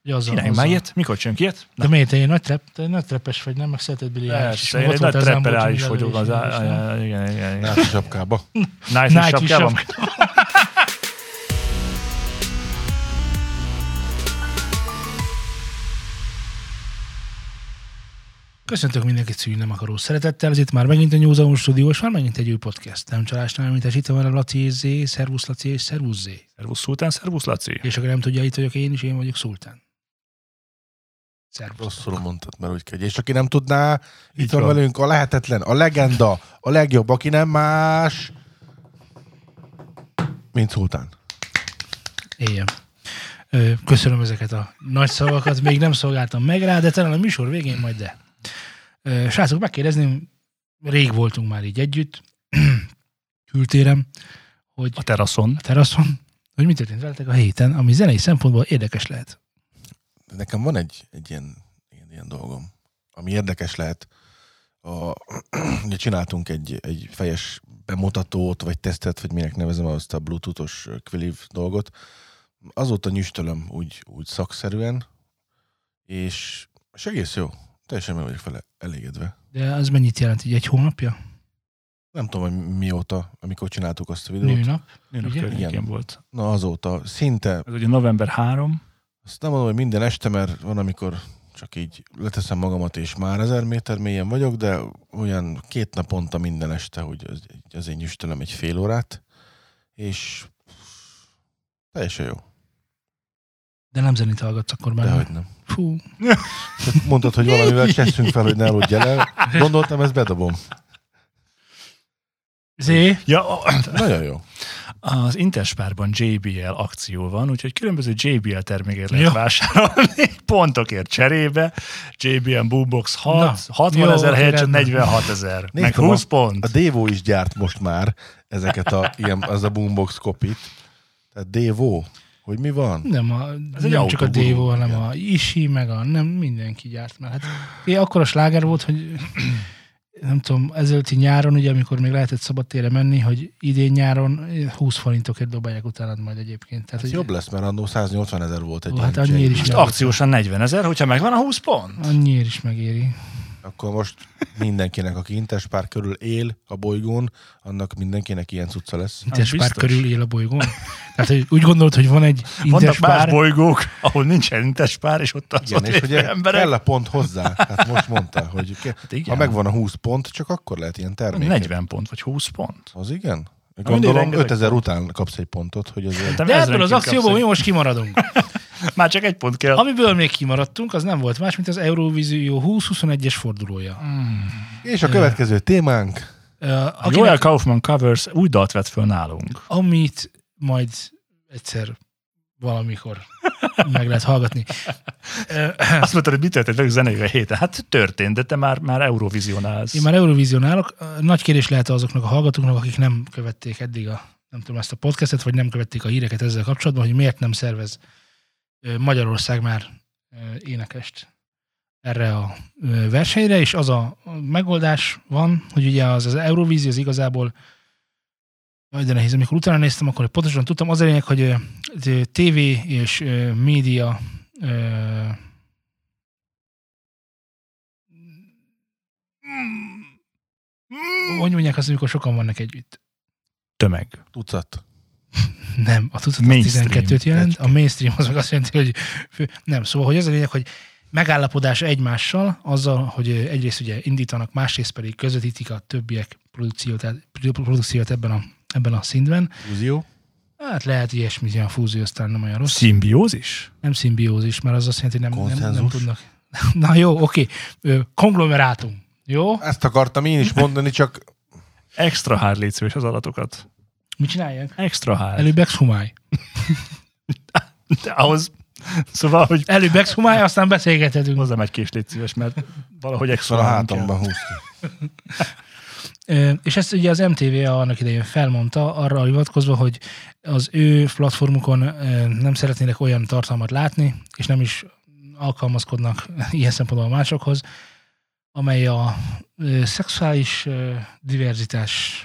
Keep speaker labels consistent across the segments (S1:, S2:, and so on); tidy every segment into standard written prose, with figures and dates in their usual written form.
S1: Csináljunk már ilyet. Mikor csinálunk ilyet?
S2: De miért? Te nagy treppes vagy, nem? Meg szereted Billy Eilish.
S1: Én egy nagy trepper is vagyok az... Igen.
S3: Nike sapkába.
S1: Nike sapkában.
S2: Köszöntök mindenkit szűn nem akaró szeretettel, ez itt már megint a New Zealand Studio, és már megint egy új podcast. Nem csalásnál, mint itt van a Laci és Zé, szervusz Laci és szervusz Zé.
S1: Szervusz Szultán, szervusz Laci.
S2: És akkor nem tudja, itt vagyok én is, én vagyok Szultán. Szervusz.
S3: Rosszul mondtad, mert úgy kell. És aki nem tudná, itt van velünk a lehetetlen, a legenda, a legjobb, aki nem más, mint Szultán.
S2: Éljen. Köszönöm ezeket a nagy szavakat, még nem szolgáltam meg rá, de talán a műsor végén majd de. Srácok, megkérdezném, rég voltunk már így együtt, kültéren, hogy...
S1: A teraszon,
S2: hogy mi történt veletek a héten, ami zenei szempontból érdekes lehet.
S3: Nekem van egy ilyen dolgom, ami érdekes lehet. Ugye csináltunk egy fejes bemutatót, vagy tesztet, vagy minek nevezem azt a bluetoothos Quiliv dolgot. Azóta nyüstölöm úgy szakszerűen, és egész jó. Teljesen meg vagyok vele elégedve.
S2: De az mennyit jelent, így egy hónapja?
S3: Nem tudom, hogy mióta, amikor csináltuk azt a videót.
S2: Nőnap
S1: környékén volt.
S3: Na azóta, szinte...
S1: Ez ugye november 3.
S3: Azt nem mondom, hogy minden este, mert van, amikor csak így leteszem magamat, és már 1000 méter mélyen vagyok, de olyan 2 naponta minden este, hogy azért nyüstölöm egy fél órát, és teljesen jó.
S2: De nem zenét hallgatsz akkor már.
S3: Dehogy nem.
S2: Fú.
S3: Mondtad, hogy valamivel kezdtünk fel, hogy ne aludjál el. Gondoltam, ezt bedobom.
S2: Zé?
S1: Ja,
S3: nagyon jó.
S1: Az Interspárban JBL akció van, úgyhogy különböző JBL termékeket lehet vásárolni, pontokért cserébe. JBL Boombox 60 000 helyett csak 46 000. Meg 20 pont.
S3: A Devo is gyárt most már ezeket az a Boombox kopit. Tehát Devo. Hogy mi van?
S2: Nem csak a Devo, hanem a Ishi, meg nem mindenki gyárt már. Hát, akkor a sláger volt, hogy nem tudom, ezelőtti nyáron, ugye, amikor még lehetett szabadtérre menni, hogy idén nyáron 20 forintokért dobálják utánad majd egyébként. Tehát,
S3: hogy jobb lesz, mert annó 180 000 volt egy
S2: hát annyiért is.
S1: Most akciósan 40 000, hogyha megvan a 20 pont.
S2: Annyiért is megéri.
S3: Akkor most mindenkinek, aki Interspár körül él a bolygón, annak mindenkinek ilyen cucca lesz.
S2: Interspár körül él a bolygón? Tehát hogy úgy gondolod, hogy van egy Interspár...
S1: Vannak más bolygók, ahol nincsen Interspár, és ott az
S3: és ugye emberek. Kell a pont hozzá. Hát most mondta, hogy ha megvan a 20 pont, csak akkor lehet ilyen termék.
S1: 40 pont, vagy 20 pont.
S3: Az igen? Gondolom 5000 után kapsz egy pontot, hogy azért...
S2: De ebből az akcióból mi most kimaradunk.
S1: Már csak egy pont kell.
S2: Amiből még kimaradtunk, az nem volt más, mint az Eurovízió 2021-es fordulója.
S3: És a következő témánk...
S1: Joel Kaufman Covers új dalt vett föl nálunk.
S2: Amit majd egyszer valamikor meg lehet hallgatni.
S1: Azt mondtad, hogy mit történt a zeneivel héten? Hát történt, de te már Eurovizionálsz.
S2: Én már Eurovizionálok. Nagy kérdés lehet azoknak a hallgatóknak, akik nem követték eddig nem tudom, ezt a podcastet, vagy nem követték a híreket ezzel kapcsolatban, hogy miért nem szervez Magyarország már énekest erre a versenyre, és az a megoldás van, hogy ugye az Eurovízió az igazából, de nehéz, amikor utána néztem, akkor pontosan tudtam, az a lényeg, hogy TV és média hogy mondják azt, amikor sokan vannak együtt?
S1: Tömeg.
S3: Tucat.
S2: Nem, a tucat 12-t jelent, a mainstream az meg azt jelenti, hogy nem, szóval, hogy az a lényeg, hogy megállapodás egymással, azzal, hogy egyrészt ugye indítanak, másrészt pedig közvetítik a többiek produkciót ebben a szintben.
S3: Fúzió?
S2: Hát lehet ilyesmi, a fúzió aztán nem olyan rossz.
S1: Szimbiózis?
S2: Nem szimbiózis, mert az azt jelenti, hogy nem tudnak. Na jó, oké. Konglomerátum. Jó?
S3: Ezt akartam én is mondani, csak...
S1: Extra hár létszős az adatokat.
S2: Mit csinálják?
S1: Extra hár.
S2: Előbb exhumálj.
S1: De ahhoz... Szóval, hogy...
S2: Előbb exhumálj, aztán beszélgethetünk.
S1: Hozzám egy kés légy szíves, mert valahogy
S3: exhumálni kell. A hátamban húzta.
S2: És ezt ugye az MTV annak idején felmondta, arra hivatkozva, hogy az ő platformukon nem szeretnének olyan tartalmat látni, és nem is alkalmazkodnak ilyen szempontból másokhoz, amely a szexuális diverzitás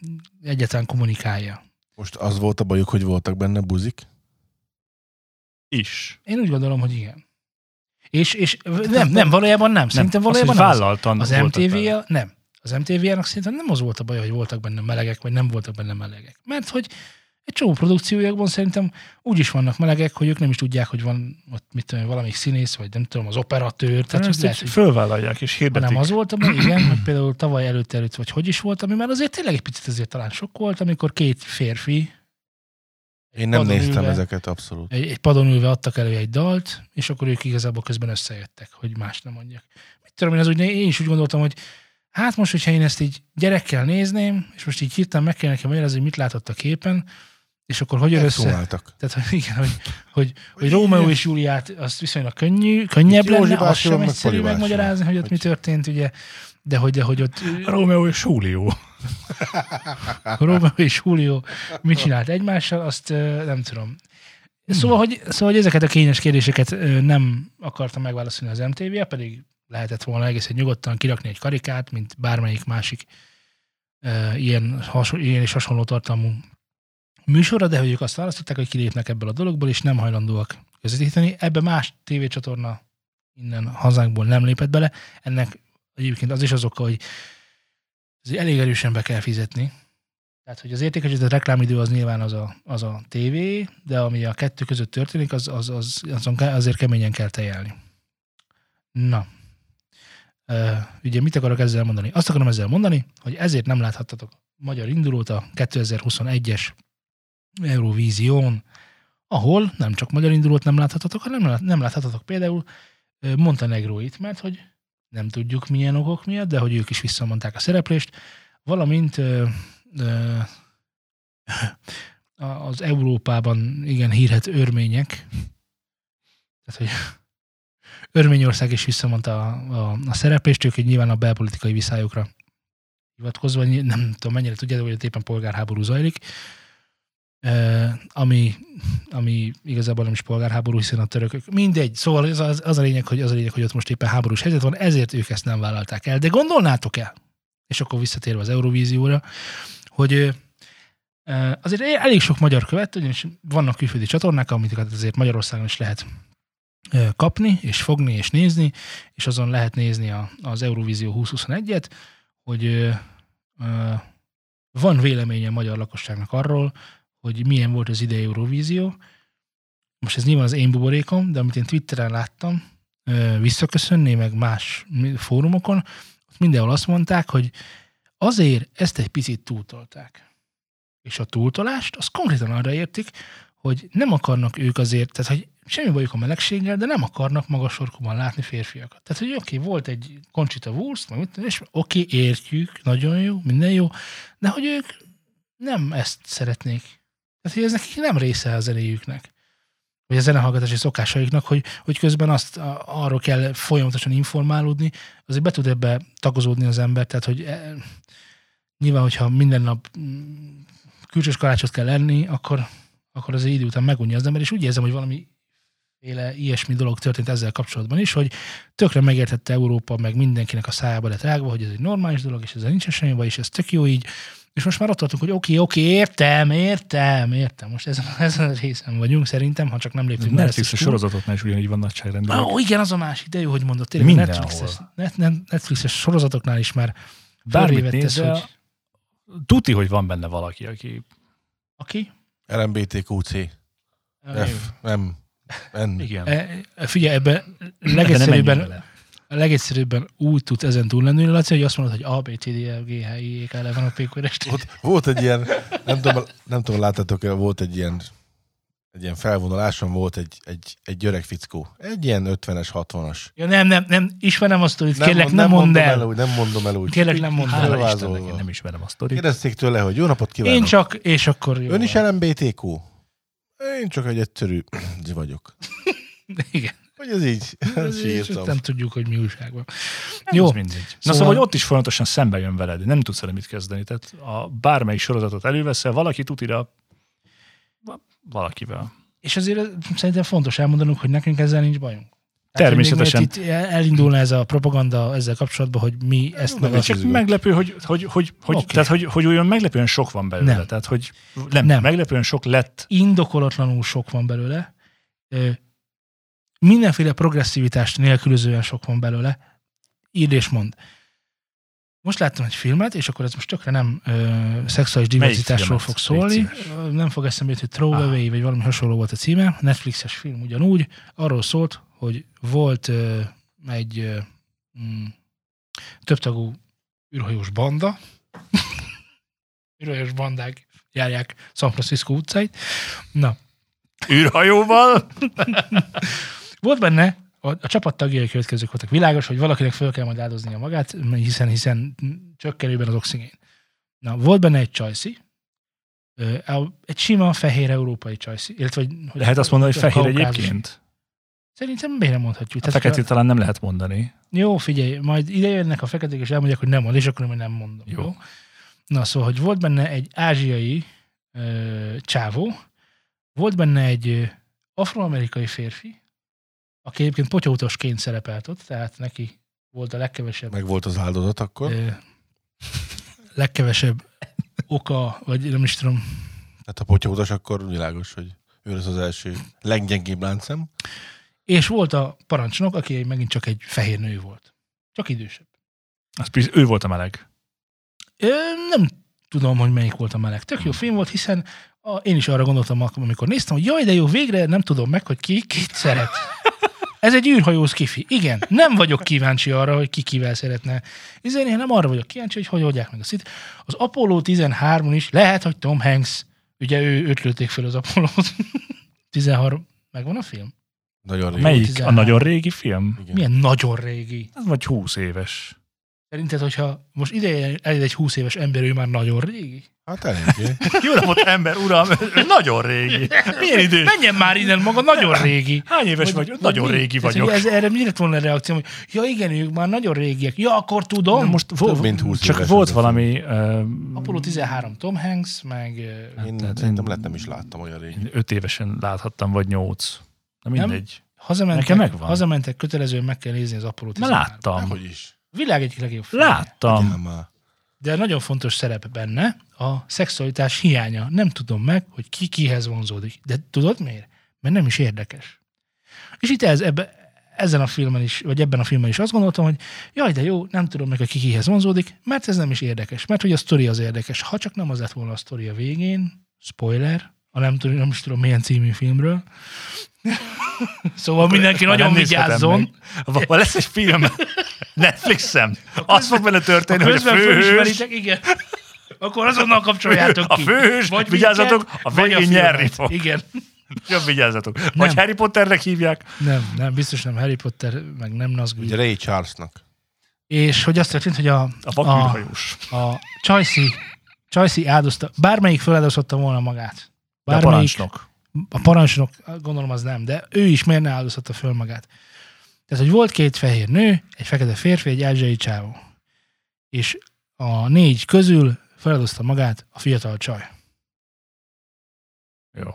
S2: egyáltalán kommunikálja.
S3: Most az volt a bajuk, hogy voltak benne buzik?
S1: is.
S2: Én úgy gondolom, hogy igen. És nem, valójában nem. Szerintem valójában
S1: vállaltan
S2: az MTV-ja, nem. Az MTV-nek szerintem nem az volt a baj, hogy voltak benne melegek, vagy nem voltak benne melegek. Mert hogy egy csomó produkciójakban szerintem úgy is vannak melegek, hogy ők nem is tudják, hogy van ott mit tudom, valamelyik színész, vagy nem tudom, az operatőr. Tehát
S1: ezt lehet, hogy fölvállalják és hirdetik.
S2: Nem az volt a baj, igen, hogy például tavaly előtt, vagy hogy is volt, ami már azért tényleg egy picit azért talán sok volt, amikor két férfi
S3: én nem néztem ezeket abszolút.
S2: Egy padon ülve adtak elő egy dalt, és akkor ők igazából közben összejöttek, hogy más nem mondjak. Mit tudom én is úgy gondoltam, hogy hát most, hogyha én ezt így gyerekkel nézném, és most így hirtelen meg kell nekem magyarázni, hogy mit látott a képen, és akkor hogy jön össze? Tehát, hogy igen, hogy Rómeó és Júliát azt viszonylag könnyebb lenne, az sem egyszerű megmagyarázni, hogy ott mi történt, ugye, de hogy ott...
S1: Rómeó és Júlió.
S2: Rómeó és Júlió mit csinált egymással, azt nem tudom. Szóval, hogy ezeket a kényes kérdéseket nem akartam megválaszolni az MTV-je, pedig lehetett volna egészen nyugodtan kirakni egy karikát, mint bármelyik másik ilyen és hasonló tartalmú műsorra, de hogy ők azt választották, hogy kilépnek ebből a dologból, és nem hajlandóak közvetíteni. Ebbe más tévécsatorna innen hazánkból nem lépett bele. Ennek egyébként az is az oka, hogy elég erősen be kell fizetni. Tehát, hogy az értékesített reklámidő az nyilván az a tévé, de ami a kettő között történik, azon azért keményen kell tejelni. Na. Ugye mit akarok ezzel mondani? Azt akarom ezzel mondani, hogy ezért nem láthattatok magyar indulót a 2021-es Eurovízión, ahol nem csak magyar indulót nem láthatatok, hanem nem láthatatok például Montenegróit, mert hogy nem tudjuk milyen okok miatt, de hogy ők is visszamondták a szereplést, valamint az Európában igen hírhet örmények, tehát hogy Örményország is visszamondta a szereplést, ők nyilván a belpolitikai viszályokra hivatkozva, nem tudom mennyire tudjátok, hogy éppen polgárháború zajlik, ami igazából nem is polgárháború, hiszen a törökök, mindegy, szóval az a lényeg, hogy ott most éppen háborús helyzet van, ezért ők ezt nem vállalták el. De gondolnátok el, és akkor visszatérve az Eurovízióra, hogy azért elég sok magyar követ, ugyanis vannak külföldi csatornák, amiket azért Magyarországon is lehet kapni, és fogni, és nézni, és azon lehet nézni az Eurovízió 2021-et, hogy van véleménye a magyar lakosságnak arról, hogy milyen volt az idei Eurovízió. Most ez nyilván az én buborékom, de amit én Twitteren láttam, visszaköszönni, meg más fórumokon, ott mindenhol azt mondták, hogy azért ezt egy picit túltolták. És a túltolást, azt konkrétan arra értik, hogy nem akarnak ők azért, tehát hogy semmi bajuk a melegséggel, de nem akarnak magas sarkúban látni férfiakat. Tehát, hogy oké, volt egy Conchita Wurst, és oké, értjük, nagyon jó, minden jó, de hogy ők nem ezt szeretnék. Tehát, hogy ez nekik nem része a zenéjüknek. Vagy a zenehallgatási szokásaiknak, hogy közben arról kell folyamatosan informálódni, azért be tud ebbe tagozódni az ember, tehát, hogy nyilván, hogyha minden nap külsős kalácsot kell lenni, akkor az idő után megunja az ember, és úgy érzem, hogy valami ilyesmi dolog történt ezzel kapcsolatban is, hogy tökre megértette Európa, meg mindenkinek a szájába lett rágva, hogy ez egy normális dolog, és ezzel nincsen semmi baj, és ez tök jó így. És most már ott tartunk, hogy oké, értem. Most ezen a részen vagyunk, szerintem, ha csak nem léptünk.
S1: Netflixes sorozatoknál is ugyanígy van nagyságrendileg.
S2: Igen, az a másik, de jó, hogy mondod. Tényleg Netflixes sorozatoknál is már
S1: bármit nézzel, hogy... Tuti, hogy van benne valaki, aki...
S2: Aki?
S3: LMBTQC. F. M. N.
S1: Igen.
S2: Figyelj, ebben legegyszerűbben úgy tud ezen túl lenni, Laci, hogy azt mondod, hogy A, B, C, D, E, G, H, I, E, K, L, van a P-körest.
S3: Volt egy ilyen, nem tudom, láttátok-e, volt egy ilyen felvonuláson, volt egy öreg fickó. Egy ilyen 50-es, 60-as.
S2: Ja, nem, ismerem a sztorit, kérlek, nem mondd el.
S3: Nem mondom el úgy.
S2: Kérlek, nem mondd el.
S1: Nem ismerem a sztorit.
S3: Kérdezték tőle, hogy jó napot kívánok.
S2: Én csak, és akkor jó.
S3: Ön is LMBTQ? Én csak egy egyszerű vagyok.
S2: Igen.
S3: Hogy ez így?
S2: Nem tudjuk, hogy mi újságban.
S1: Jó. Mindegy. Szóval, hogy ott is folyamatosan szembe jön veled, nem tudsz vele mit kezdeni. Tehát bármelyik sorozatot előveszel, valaki tutira valakivel.
S2: És azért szerintem fontos elmondanunk, hogy nekünk ezzel nincs bajunk.
S1: Természetesen.
S2: Itt elindulna ez a propaganda ezzel kapcsolatban, hogy mi ezt meg
S1: csak meglepő, hogy olyan meglepően sok van belőle.
S2: Nem.
S1: Tehát, hogy nem. Meglepően sok lett.
S2: Indokolatlanul sok van belőle. mindenféle progresszivitást nélkülözően sok van belőle. Írd és mondd. Most láttam egy filmet, és akkor ez most tökre nem szexuális diverzitásról fog szólni. Nem fog eszembe jutni, hogy Throwaway, vagy valami hasonló volt a címe. Netflixes film ugyanúgy. Arról szólt, hogy volt egy többtagú űrhajós banda. Űrhajós bandák járják San Francisco utcáit. Na.
S1: űrhajóval?
S2: Volt benne, a csapat tagjai következők voltak. Világos, hogy valakinek föl kell majd áldoznia magát, hiszen csökkenőben az oxigén. Na, volt benne egy csajszi, egy sima fehér európai csajszi. Illetve,
S1: lehet azt mondani, hogy fehér egyébként?
S2: Szerintem miért nem mondhatjuk.
S1: A feketét talán nem lehet mondani.
S2: Jó, figyelj, majd ide jönnek a feketék, és elmondják, hogy nem mond, és akkor nem mondom. Jó. Na, szóval, hogy volt benne egy ázsiai csávó, volt benne egy afroamerikai férfi, aki egyébként potyautasként szerepelt ott, tehát neki volt a legkevesebb...
S3: Meg volt az áldozat akkor?
S2: Legkevesebb oka, vagy nem is tudom.
S3: Tehát a potyautas akkor világos, hogy ő lesz az első leggyengébb láncszem.
S2: És volt a parancsnok, aki megint csak egy fehér nő volt. Csak idősebb.
S1: Ő volt a meleg.
S2: Nem tudom, hogy melyik volt a meleg. Tök jó film volt, hiszen én is arra gondoltam, amikor néztem, hogy jaj, de jó, végre nem tudom meg, hogy kit szeret. Ez egy űrhajó skifi. Igen, nem vagyok kíváncsi arra, hogy ki kivel szeretne. Én nem arra vagyok kíváncsi, hogy oldják meg a szit. Az Apollo 13-on is lehet, hogy Tom Hanks, ugye őt lőtték fel az Apollo 13. Megvan a film?
S3: Nagyon régi.
S1: Melyik?
S2: 13.
S1: A nagyon régi film?
S2: Igen. Milyen nagyon régi?
S1: Ez vagy 20 éves.
S2: Szerinted, hogyha most ide egy 20 éves ember, ő már nagyon régi?
S3: Hát eléggé.
S1: Jó napot, ember, uram, nagyon régi. Milyen idős?
S2: Menjen már innen maga, nagyon régi.
S1: Hány éves vagy? Nagyon régi vagyok.
S2: Erre mi lett volna a reakció, hogy ja igen, ők már nagyon régiek. Ja, akkor tudom.
S1: De most
S3: Több mint 20
S1: csak
S3: éves
S1: volt
S3: ez a
S1: valami...
S2: Apollo 13 Tom Hanks, meg...
S3: Én szerintem nem is láttam olyan régi.
S1: 5 évesen láthattam, vagy 8. De mindegy.
S2: Hazamentek, kötelezően meg kell nézni az Apollo 13.
S1: Láttam.
S3: Hogy is.
S2: Világ egyik legjobb film.
S1: Láttam.
S2: De nagyon fontos szerep benne a szexualitás hiánya. Nem tudom meg, hogy ki kihez vonzódik. De tudod miért? Mert nem is érdekes. És itt ezen a filmen is, vagy ebben a filmben is azt gondoltam, hogy jaj, de jó, nem tudom meg, hogy ki kihez vonzódik, mert ez nem is érdekes. Mert hogy a sztori az érdekes. Ha csak nem az lett volna a sztori a végén, spoiler, nem is tudom milyen című filmről. Szóval mindenki nagyon vigyázzon.
S1: Lesz egy film Netflixen. Az fog benne történni, hogy a főhős...
S2: Igen. Akkor azonnal kapcsoljátok ki.
S1: A főhős, vagy vigyázzatok, a végén nyerni fog.
S2: Igen.
S1: Jobb vigyázzatok. Vagy Harry Potternek hívják.
S2: Nem, biztos nem Harry Potter, meg nem Nazgûl.
S3: Ugye Ray Charlesnak.
S2: És hogy azt történt, hogy a Csajci áldozta, bármelyik feláldozhatta volna magát.
S1: A parancsnok.
S2: A parancsnok, gondolom az nem, de ő is miért ne áldozhatta föl magát. Tehát, hogy volt 2 fehér nő, egy fekete férfi, egy ázsiai csávó. És a 4 közül feláldozta magát a fiatal csaj.
S1: Jó.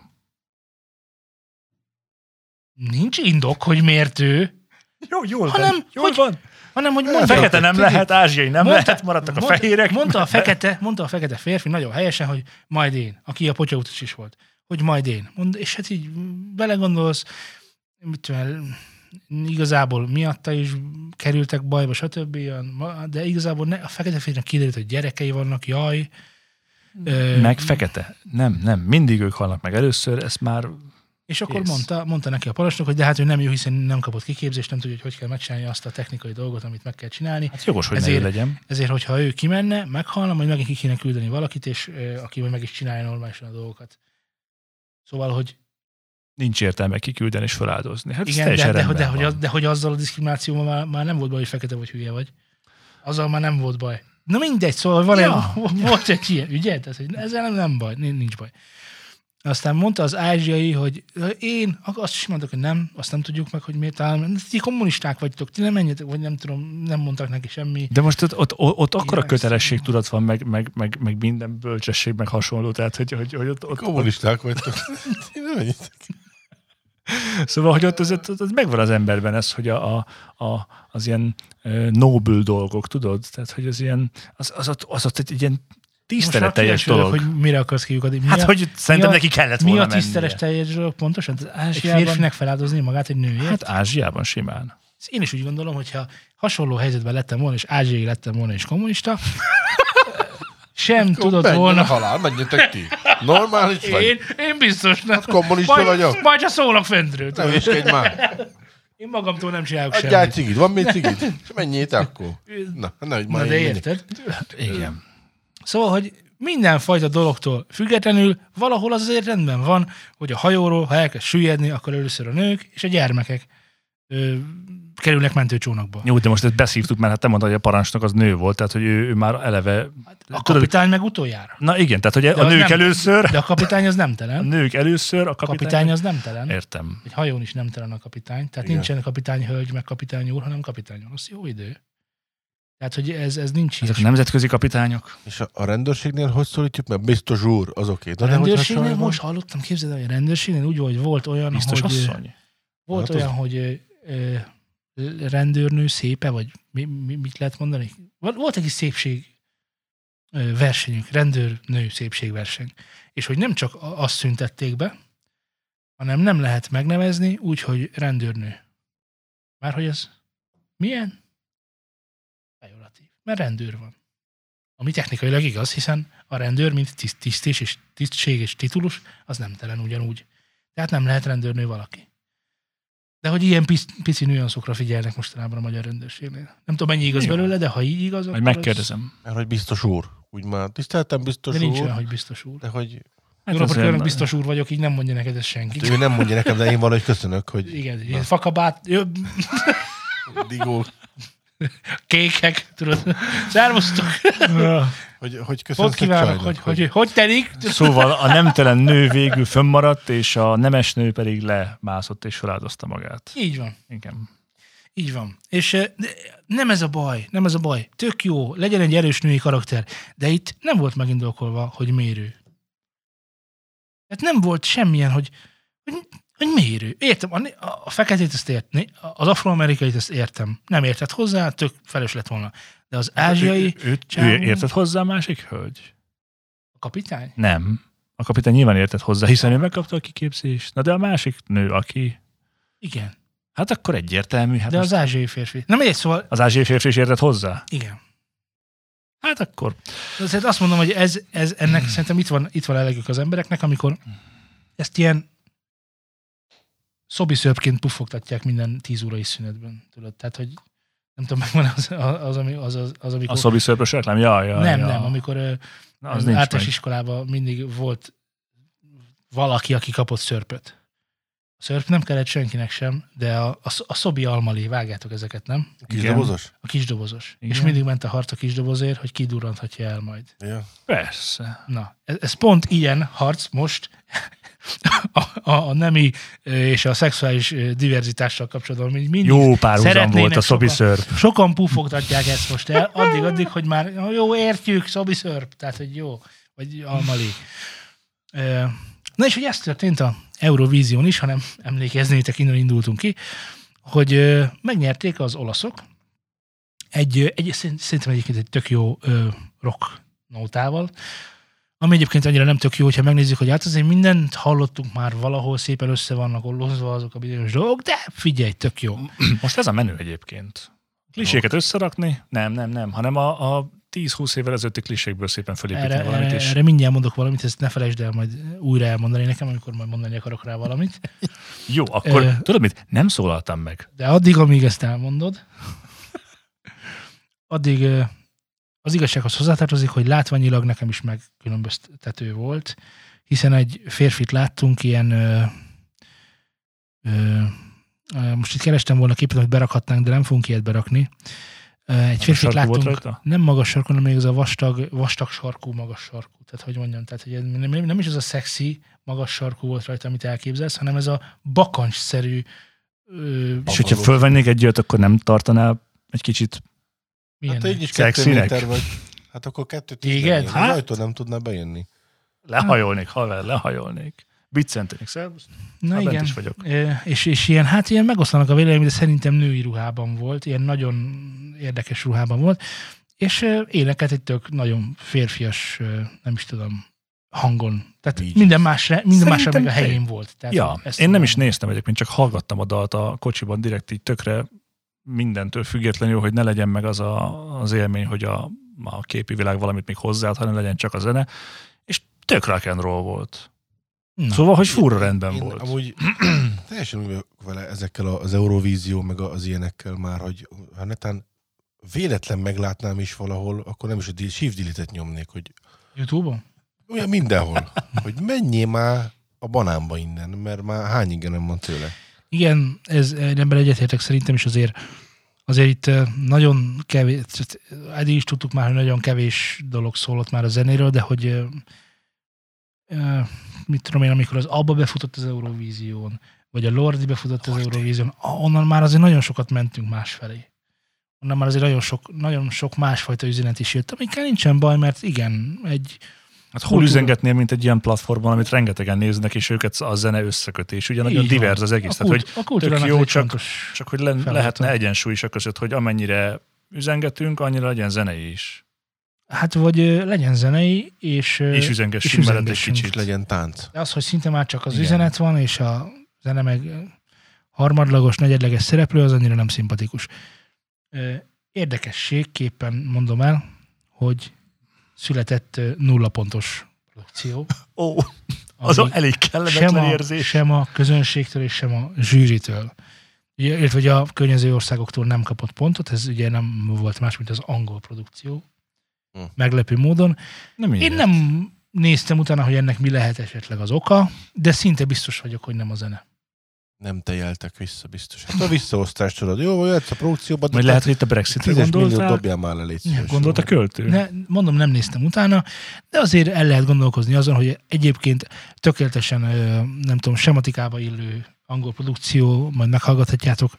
S2: Nincs indok, hogy miért ő.
S1: Jól van.
S2: Hanem, hogy mondta,
S1: fekete nem lehet, ázsiai nem lehet, maradtak a fehérek.
S2: Mondta a fekete férfi nagyon helyesen, hogy majd én, aki a potyautas is volt, hogy majd én. És hát így belegondolsz, igazából miatta is kerültek bajba, stb. De igazából a fekete férfinek kiderült, hogy gyerekei vannak, jaj.
S1: Meg fekete. Nem. Mindig ők halnak meg először, ezt már...
S2: És akkor mondta neki a parancsnok, hogy de hát ő nem jó, hiszen nem kapott kiképzést, nem tudja, hogy kell megcsinálni azt a technikai dolgot, amit meg kell csinálni.
S1: Hát jogos, hogy ne legyen.
S2: Ezért, hogyha ő kimenne, meghalna, majd megint ki kéne küldeni valakit, és aki meg is csinálja normálisan a dolgokat. Szóval, hogy...
S1: Nincs értelme kiküldeni és feláldozni. Hát
S2: igen, de hogy azzal a diszkriminációval már nem volt baj, hogy fekete vagy hülye vagy. Azzal már nem volt baj. Na mindegy, szóval volt egy ilyen ügy, ezzel nem baj, nincs baj. Aztán mondta az ázsiai, hogy én azt is mondtak, hogy nem, azt nem tudjuk meg, hogy miért talán. Ti kommunisták vagytok, ti nem menjetek, vagy nem tudom, nem mondtak neki semmi.
S1: De most ott akkora kötelességtudat van, meg minden bölcsesség, meg hasonló, tehát hogy ott
S3: kommunisták vagytok. Ti nem menjetek.
S1: Szóval, hogy ott megvan az emberben ez, hogy az ilyen noble dolgok, tudod? Tehát, hogy az ilyen, az ott egy ilyen tiszteletteljes dolog.
S2: Hogy mire akarsz kiukadni?
S1: Hogy szerintem neki kellett volna mennie.
S2: Mi a tiszteletteljes dolog pontosan? Egy férfinek feláldozni magát egy nőért?
S1: Hát Ázsiában simán.
S2: Én is úgy gondolom, hogyha hasonló helyzetben lettem volna, és ázsiai lettem volna, és kommunista, sem tudod volna...
S3: halál, menjetek ti. Normális vagy?
S2: Én biztos nem.
S3: Kommunista vagyok?
S2: Majd csak szólok fentről.
S3: Nem iskedj már.
S2: Én magamtól nem csinálok semmit.
S3: Adjál cigit, van még cigit? És menjél te akkor. Na
S2: de érted?
S1: Igen.
S2: Szóval, hogy mindenfajta dologtól függetlenül valahol az azért rendben van, hogy a hajóról, ha elkezd süllyedni, akkor először a nők és a gyermekek kerülnek mentőcsónakba.
S1: Jó, de most ezt beszívtuk, mert hát te mondtad, hogy a parancsnok az nő volt, tehát hogy ő már eleve...
S2: A kapitány meg utoljára.
S1: Na igen, tehát hogy a nők először...
S2: De a kapitány az nemtelen.
S1: A nők először, a
S2: kapitány az nemtelen.
S1: Értem.
S2: Egy hajón is nemtelen a kapitány. Tehát igen. Nincsen kapitány hölgy, meg kapitány úr, hanem kapitány orosz. Jó idő. Tehát, hogy ez nincs.
S1: Ezek a nemzetközi kapitányok.
S3: És a rendőrségnél hogy szólítjuk meg? Biztos úr, az oké.
S2: A rendőrségnél most hallottam, képzeld el, hogy a rendőrségnél úgy volt, volt olyan,
S1: biztos
S2: hogy...
S1: asszony.
S2: Volt olyan, hogy rendőrnő szépe, vagy mit lehet mondani? Volt egy szépség versenyünk, rendőrnő szépségverseny. És hogy nem csak azt szüntették be, hanem nem lehet megnevezni úgy, hogy rendőrnő. Márhogy ez milyen? Pejoratív. Mert rendőr van. Ami technikailag igaz, hiszen a rendőr, mint tisztség és titulus, az nemtelen ugyanúgy. Tehát nem lehet rendőrnő valaki. De hogy ilyen pici nüanszokra figyelnek mostanában a magyar rendőrségnél. Nem tudom, mennyi igaz belőle, de ha így igaz,
S1: akkor megkérdezem.
S3: Mert hogy biztos úr. Úgy már tiszteltem biztos úr.
S2: De nincs olyan, hogy biztos úr.
S3: De hogy...
S2: Hát jó napot, biztos úr vagyok, így nem mondja neked ezt senki.
S3: Ő nem mondja nekem, de én valahogy köszönök, hogy...
S2: Igen, fakabát...
S3: Digó.
S2: Kékek, tudod. Szervusztok!
S3: Hogy köszönöm,
S2: hogy telik?
S1: Szóval a nemtelen nő végül fönnmaradt, és a nemes nő pedig lemászott és feláldozta magát.
S2: Így van.
S1: Igen.
S2: Így van. És nem ez a baj. Tök jó, legyen egy erős női karakter. De itt nem volt megindokolva, hogy mérő. Tehát nem volt semmilyen, hogy mérő. Értem, a feketét ezt értem, az afroamerikait ezt értem. Nem értett hozzá, tök felős lett volna. De az ázsiai...
S1: Ő értett hozzá a másik hölgy?
S2: A kapitány?
S1: Nem. A kapitány nyilván értett hozzá, hiszen ő megkapta a kiképzést. Na de a másik nő, aki...
S2: Igen.
S1: Hát akkor egyértelmű. Hát
S2: de az ázsiai férfi. Nem egy szóval...
S1: Az ázsiai férfi is értett hozzá?
S2: Igen.
S1: Hát akkor...
S2: Azért azt mondom, hogy ez ennek szerintem itt van elegük az embereknek, amikor ezt ilyen szobiszörpként puffogtatják minden 10 órai szünetben. Tudod? Tehát, hogy nem tudom, megvan az amikor...
S1: A szobiszörpös reklám? Ja.
S2: Nem, amikor általános iskolában mindig volt valaki, aki kapott szörpöt. A szörp nem kellett senkinek sem, de a szobi almalé, vágjátok ezeket, nem?
S3: A kisdobozos?
S2: A kisdobozos. Igen. És mindig ment a harc a kisdobozért, hogy kidurranthatja el majd.
S3: Ja.
S1: Persze.
S2: Na, ez pont ilyen harc most a nemi és a szexuális diverzitással kapcsolatban. Mindig
S1: jó párhuzam volt a szobiszörp.
S2: Sokan pufogtatják ezt most el, addig, hogy már jó, értjük, szobiszörp, tehát, hogy jó, vagy almalé. Na és hogy ez történt a Eurovízión is, hanem emlékeznétek, innen indultunk ki, hogy megnyerték az olaszok szerintem egyébként egy tök jó rock nótával, ami egyébként annyira nem tök jó, hogyha megnézzük, hogy hát azért mindent hallottunk már valahol, szépen össze vannak ollozva azok a bizonyos dolgok, de figyelj, tök jó.
S1: Most ez a menő egyébként. Kliséket összerakni? Nem, hanem a 10-20 évvel ezelőtti klisékből szépen felépíteni valamit is.
S2: Erre mindjárt mondok valamit, ezt ne felejtsd el majd újra elmondani nekem, amikor majd mondani akarok rá valamit.
S1: Jó, akkor tudod mit? Nem szólaltam meg.
S2: De addig, amíg ezt elmondod, addig az igazsághoz hozzátartozik, hogy látványilag nekem is megkülönböztető volt, hiszen egy férfit láttunk ilyen most itt kerestem volna képet, hogy berakhatnánk, de nem fogunk ilyet berakni. Egy férfit láttunk, nem magas sarkú, hanem még az a vastag sarkú, magas sarkú. Tehát, hogy mondjam, tehát, hogy nem is az a szexi magas sarkú volt rajta, amit elképzelsz, hanem ez a bakancsszerű...
S1: És hogyha fölvennék egy olyat, akkor nem tartanál egy kicsit
S3: hát így is
S1: 2 méter
S3: vagy. Hát akkor 2-10
S2: igen,
S3: az ajtó nem tudná bejönni.
S1: Lehajolnék, haver, lehajolnék. Biccentenik, szervusz.
S2: Na igen,
S1: is vagyok.
S2: És ilyen megoszlanak a vélemény, de szerintem női ruhában volt, ilyen nagyon érdekes ruhában volt, És énekelt egy tök nagyon férfias, nem is tudom, hangon. Tehát
S3: Így.
S2: minden másra meg a helyén volt. Tehát
S1: Ja, én nem is néztem egyébként, csak hallgattam a dalt a kocsiban direkt így tökre mindentől függetlenül, hogy ne legyen meg az élmény, hogy a képi világ valamit még hozzáad, hanem legyen csak a zene. És tök rock and roll volt. Na. Szóval, hogy furra rendben
S3: én
S1: volt.
S3: Amúgy teljesen úgy vagyok vele ezekkel az Eurovízió, meg az ilyenekkel már, hogy ha netán véletlen meglátnám is valahol, akkor nem is a shift delete-et nyomnék, hogy
S2: YouTube-on?
S3: Olyan mindenhol, hogy menjél már a banánba innen, mert már hány igen van tőle.
S2: Igen, ebben egyetértek szerintem is azért itt nagyon kevés, eddig is tudtuk már, hogy nagyon kevés dolog szólott már a zenéről, de hogy mit tudom én, amikor az ABBA befutott az Eurovízión, vagy a Lordi befutott az Eurovízión, onnan már azért nagyon sokat mentünk másfelé. Onnan már azért nagyon sok másfajta üzenet is jött, amikkel nincsen baj, mert igen,
S1: Hát hol üzengetnél, mint egy ilyen platformon, amit rengetegen néznek, és őket a zene összekötés. Ugye nagyon divers az egész. Tehát, hogy tök jó, csak hogy lehetne egyensúly is a között, hogy amennyire üzengetünk, annyira legyen zenei is.
S2: Hát, vagy legyen zenei, és
S1: üzengessünk mellett egy kicsit.
S3: Legyen tánc.
S2: De az, hogy szinte már csak az üzenet van, és a zene meg harmadlagos, negyedleges szereplő, az annyira nem szimpatikus. Érdekességképpen mondom el, hogy született 0 pontos produkció.
S1: Azon elég kellemetlen érzés.
S2: Sem a közönségtől és sem a zsűritől. Illetve a környező országoktól nem kapott pontot, ez ugye nem volt más, mint az angol produkció. Meglepő módon. Én nem néztem utána, hogy ennek mi lehet esetleg az oka, de szinte biztos vagyok, hogy nem a zene.
S3: Nem tejeltek vissza, biztos. Hát a visszaosztás tudod, jó, vagy jössz a produkcióban.
S1: Majd lehet, hogy itt a Brexitre gondoltál.
S3: Dobjál már le, légy szíves.
S1: Gondolt a költő?
S2: Mondom, nem néztem utána, de azért el lehet gondolkozni azon, hogy egyébként tökéletesen, nem tudom, sematikába illő angol produkció, majd meghallgathatjátok.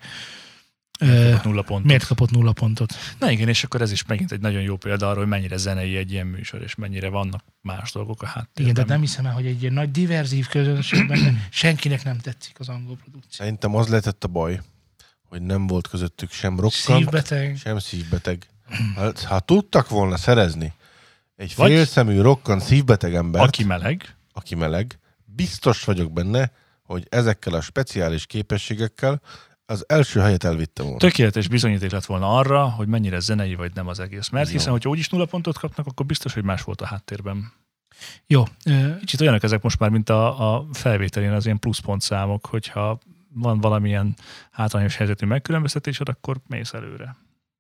S2: Miért kapott 0 pontot?
S1: Na igen, és akkor ez is megint egy nagyon jó példa arra, hogy mennyire zenei egy ilyen műsor, és mennyire vannak más dolgok a háttérben.
S2: Igen, de nem hiszem el, hogy egy ilyen nagy diverzív közönségben senkinek nem tetszik az angol produkció.
S3: Szerintem az lehetett a baj, hogy nem volt közöttük sem rokkant,
S2: szívbeteg.
S3: Sem szívbeteg. Ha tudtak volna szerezni egy félszemű rokkant szívbeteg embert, aki meleg, biztos vagyok benne, hogy ezekkel a speciális képességekkel az első helyet elvitte volna.
S1: Tökéletes bizonyíték lett volna arra, hogy mennyire zenei vagy nem az egész. Mert hiszen, hogyha úgyis 0 pontot kapnak, akkor biztos, hogy más volt a háttérben.
S2: Jó.
S1: Kicsit olyanok ezek most már, mint a felvételén az ilyen pluszpontszámok, hogyha van valamilyen hátrányos helyzetű megkülönböztetésed, akkor mész előre.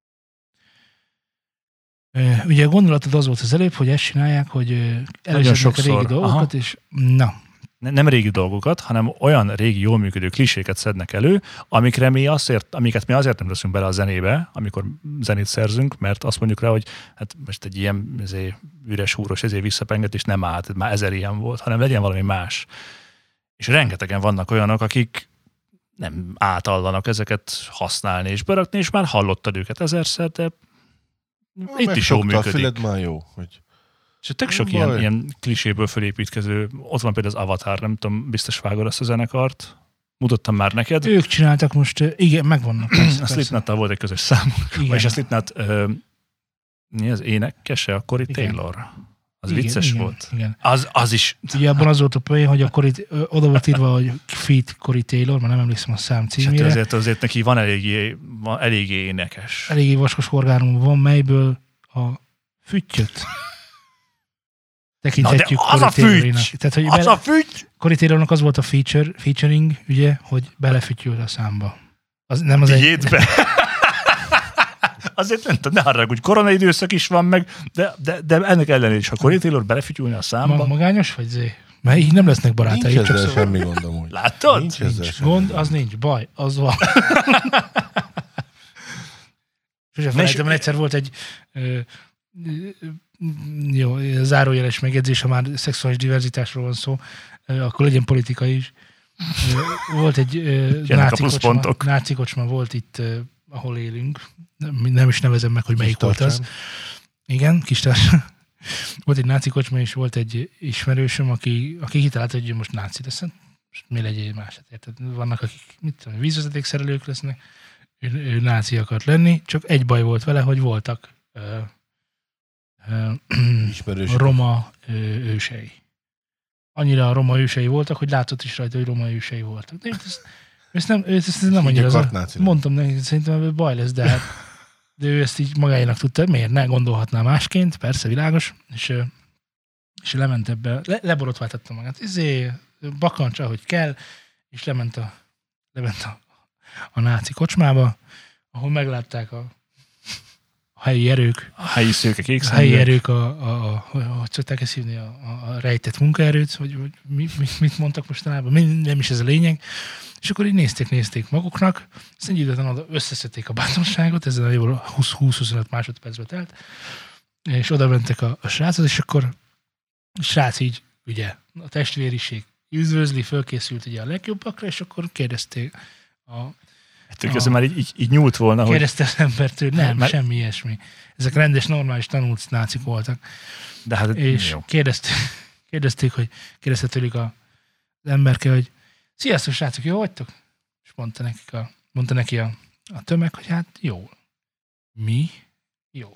S2: Ugye a gondolatod az volt az előbb, hogy ezt csinálják, hogy először a régi dolgokat, és na.
S1: Nem régi dolgokat, hanem olyan régi, jól működő kliséket szednek elő, amiket mi azért nem teszünk bele a zenébe, amikor zenét szerzünk, mert azt mondjuk rá, hogy hát most egy ilyen üres húros visszapengetés nem állt, már 1000 ilyen volt, hanem legyen valami más. És rengetegen vannak olyanok, akik nem átallanak ezeket használni és berakni, és már hallottad őket 1000-szer, de itt is jól működik.
S3: Füled már jó, hogy...
S1: És tök sok ilyen kliséből fölépítkező, ott van például az Avatar, nem tudom, biztos vágod azt a zenekart. Mutattam már neked.
S2: Ők csináltak most, igen, megvannak.
S1: A Slipknottal volt egy közös számunk. És a Slipknot, mi az énekese? A Corey Taylor. Az vicces volt.
S2: Igen.
S1: Az is.
S2: Ugye abban az volt a poén, hogy akkor itt oda volt írva, hogy feat Corey Taylor, mert nem emlékszem a szám címére.
S1: Hát azért neki van eléggé énekes.
S2: Eléggé vaskos orgánum van, melyből a füttyöt tekinthetjük.
S1: Az a fütty!
S2: Tehát, hogy Corey Taylornak az volt a featuring, ugye, hogy belefütyült a számba. Az nem az
S1: Diétbe. Azért nem tudom, ne haragudj, koronaidőszak is van meg, de ennek ellenére is, ha Corey Taylor belefütyülne a számba.
S2: Magányos vagy Zé? Mert így nem lesznek barátai.
S3: Nincs ezzel semmi gondom úgy.
S1: Látod?
S2: Nincs gond, az nincs. Baj, az van. Sosem felejtem, egyszer volt egy jó, zárójeles megjegyzés, ha már szexuális diverzitásról van szó, akkor legyen politika is. Volt egy náci kocsma volt itt, ahol élünk. Nem is nevezem meg, hogy melyik volt az. Igen, Kistárs. Volt egy náci kocsma, és volt egy ismerősöm, aki kitalálta, hogy most náci lesz. Most mi legyen másat, érted? Vannak, akik vízvezetékszerelők lesznek, ő náci akart lenni, csak egy baj volt vele, hogy voltak roma ősei. Annyira roma ősei voltak, hogy látszott is rajta, hogy roma ősei voltak. De ezt nem annyira... Mondtam neki, szerintem baj lesz, de ő ezt így magáénak tudta. Miért ne gondolhatná másként? Persze, világos. És lement ebbe, leborotváltatta magát. Bakancs, ahogy kell, és lement a náci kocsmába, ahol meglátták a helyi erők.
S1: A helyi szőke kékszeműek.
S2: A helyi erők, hogy szokták ezt hívni, a rejtett munkaerőt, vagy mit mondtak mostanában, nem is ez a lényeg. És akkor így nézték maguknak, aztán egy időben oda összeszedték a bátorságot, ezzel a jól 20-25 másodpercbe telt, és oda mentek a sráchoz, és akkor a srác így, ugye, a testvériség üdvözli, fölkészült ugye a legjobbakra, és akkor kérdezték
S1: Közben már így nyúlt volna,
S2: kérdezte az embertől, nem, semmi ilyesmi. Ezek rendes, normális, tanult nácik voltak.
S1: De hát
S2: és
S1: jó.
S2: kérdezte tőlük az emberke, hogy sziasztok, srácok, jó vagytok? És mondta neki a tömeg, hogy hát jó. Mi? Jó.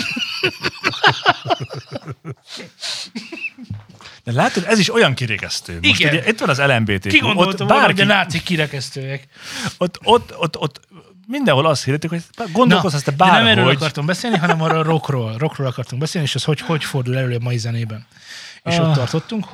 S1: De látod, ez is olyan kirekesztő. Most
S2: igen.
S1: Ugye, itt van az LMBTQ.
S2: Ki gondolta volna, hogy a nácik kirekesztőek?
S1: Ott mindenhol azt hirdetik, hogy gondolkozz te bárhogy.
S2: Nem erről akartunk beszélni, hanem arra a rockról. Rockról akartunk beszélni, és az hogy fordul elő a mai zenében. És ott tartottunk,